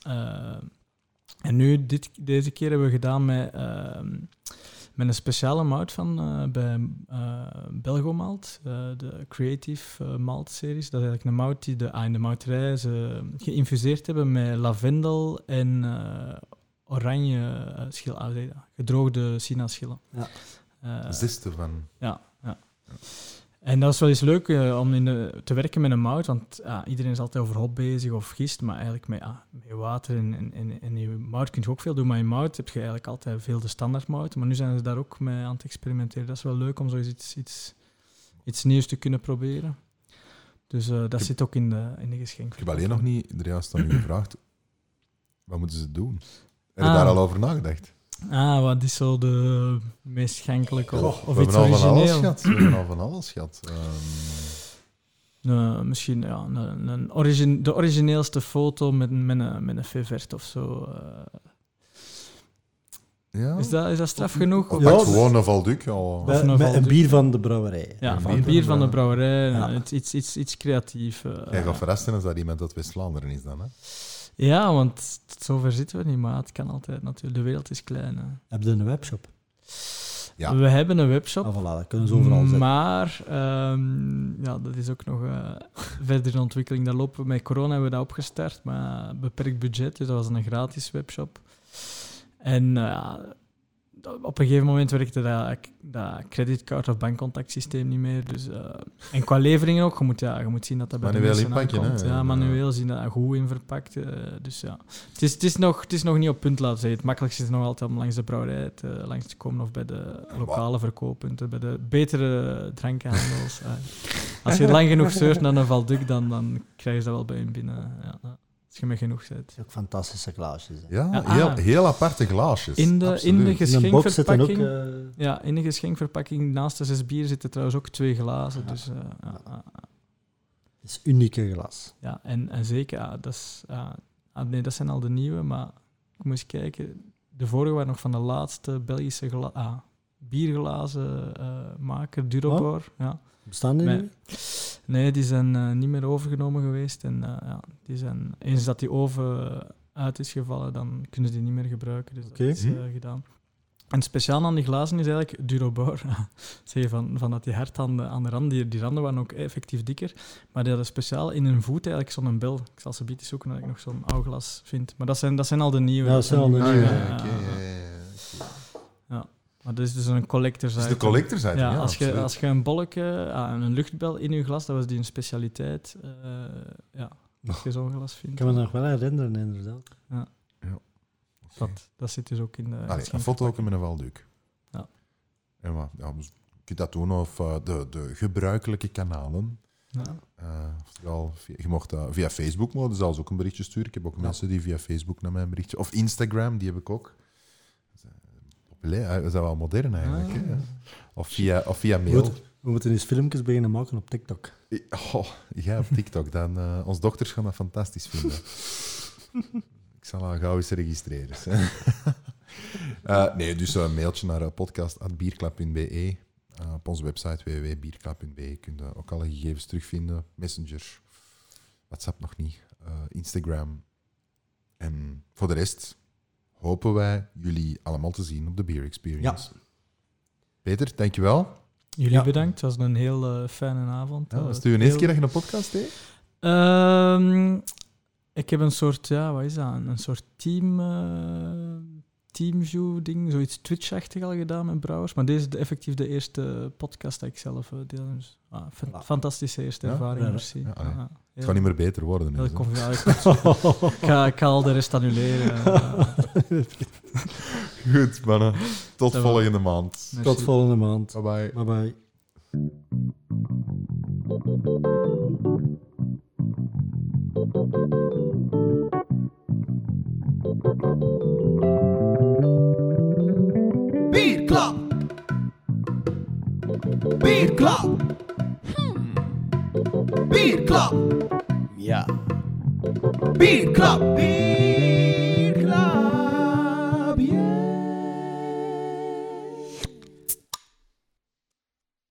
En nu, deze keer hebben we gedaan met een speciale mout van bij Belgomalt, de Creative Malt Series. Dat is eigenlijk een mout die in de mouterij ze geïnfuseerd hebben met lavendel en oranje schil, gedroogde sinaaschillen. Ja. Zesde van... Ja. En dat is wel eens leuk om te werken met een mout, want iedereen is altijd over hop bezig of gist, maar eigenlijk met water en je mout kun je ook veel doen, maar in mout heb je eigenlijk altijd veel de standaard mout, maar nu zijn ze daar ook mee aan het experimenteren. Dat is wel leuk om zo eens iets nieuws te kunnen proberen. Dus dat zit ook in de geschenk. Ik heb alleen nog niet er juist aan u gevraagd. Wat moeten ze doen? Heb je daar al over nagedacht? Wat is zo de meest schenkelijke of We iets hebben al van alles origineel? gehad. We hebben al van alles gehad. Misschien de origineelste foto met een Fevert of zo. Ja? Is dat straf genoeg? Of Ja, pakt dus- gewoon een Valduc. Ja. Of Met een Valduc. een bier van de brouwerij. Ja, Een van bier bier van van de de brouwerij. Ja. Iets creatief. Jij gaat verrassen als dat iemand uit West-Vlaanderen is dan, hè? Ja, want zover zitten we niet, maar het kan altijd natuurlijk. De wereld is klein. Hè. Heb je een webshop? Ja. We hebben een webshop. Ah, voilà, dat kunnen ze overal zetten. Maar ja, dat is ook nog verder in ontwikkeling. Dat lopen we. Met corona hebben we dat opgestart, maar beperkt budget. Dus dat was een gratis webshop. En op een gegeven moment werkte dat creditcard- of bankcontactsysteem niet meer. Dus, en qua leveringen ook. Je moet zien dat dat bij de Manueel mensen inpakken, aankomt. hè? Ja, manueel zien dat dat goed in verpakt. Dus ja. Het is nog niet op punt, laten we zeggen. Het makkelijkste is nog altijd om langs de brouwerij langs te komen of bij de lokale verkooppunten, bij de betere drankenhandels. Als je lang genoeg zeurt naar een Valduc, dan krijg je dat wel bij je binnen. Ja. Als je met genoeg bent. Het is ook fantastische glaasjes. Hè. Ja, Ja, heel aparte glaasjes. In de Absoluut. In een box zitten ook... geschenkverpakking. Ja, in de geschenkverpakking naast de 6 bier zitten trouwens ook 2 glazen. Dus, Het is unieke glas. ja, en zeker, nee, dat zijn al de nieuwe, maar ik moet eens kijken. De vorige waren nog van de laatste Belgische bierglazen maker, Durobor. Ja. Bestaan die nu? Nee, die zijn niet meer overgenomen geweest. En die zijn, eens dat die oven uit is gevallen, dan kunnen ze die niet meer gebruiken. Dus Oké. dat is gedaan. En speciaal aan die glazen is eigenlijk Durobor. Zeg je van dat die hard aan de rand, die randen waren ook effectief dikker. Maar die hadden speciaal in hun voet eigenlijk zo'n bel. Ik zal ze bieten zoeken dat ik nog zo'n oud glas vind. Maar dat zijn al de nieuwe. Ja, dat zijn al de nieuwe. Ja. Oké. Maar dat is dus een collector's Dus de item. collectors uit. Ja, absoluut. als je een bolletje, een luchtbel in je glas, dat was die een specialiteit. Als je zo'n glas Ik vindt. kan me nog wel herinneren, inderdaad. Dat zit dus ook in de... Allee, een foto ook met een Valduc. Ja. En wat, dus je kunt dat doen of de gebruikelijke kanalen. Ja. Oftewel, je mocht via Facebook mogen zelfs ook een berichtje sturen. Ik heb ook mensen die via Facebook naar mij een berichtje... Of Instagram, die heb ik ook. Dat is wel modern eigenlijk. Hè? Of via mail. We moeten eens filmpjes beginnen maken op TikTok. Oh, jij op TikTok. Dan, onze dochters gaan dat fantastisch vinden. Ik zal haar gauw eens registreren. Nee, dus een mailtje naar podcast@bierklap.be. Op onze website www.bierklap.be kun je ook alle gegevens terugvinden. Messenger, WhatsApp nog niet, Instagram. En voor de rest hopen wij jullie allemaal te zien op de Beer Experience. Ja. Peter, dankjewel. Jullie bedankt, het was een heel fijne avond. Ja, was het uw eerste keer dat je een podcast deed? Ik heb een soort, wat is dat? Een soort teamview-ding, zoiets Twitch-achtig al gedaan met brouwers. Maar deze is effectief de eerste podcast dat ik zelf deel. Dus, fantastische eerste ervaring, merci. Ja, heel, het gaat niet meer beter worden. heel Dus, ik ga al de rest annuleren. Goed, mannen. Tot Ça va. volgende maand. Merci. Tot volgende maand. Bye bye. Bye bye. Bierklap. Bierklap. Bierklap. Ja. Bierklap. Bierklap.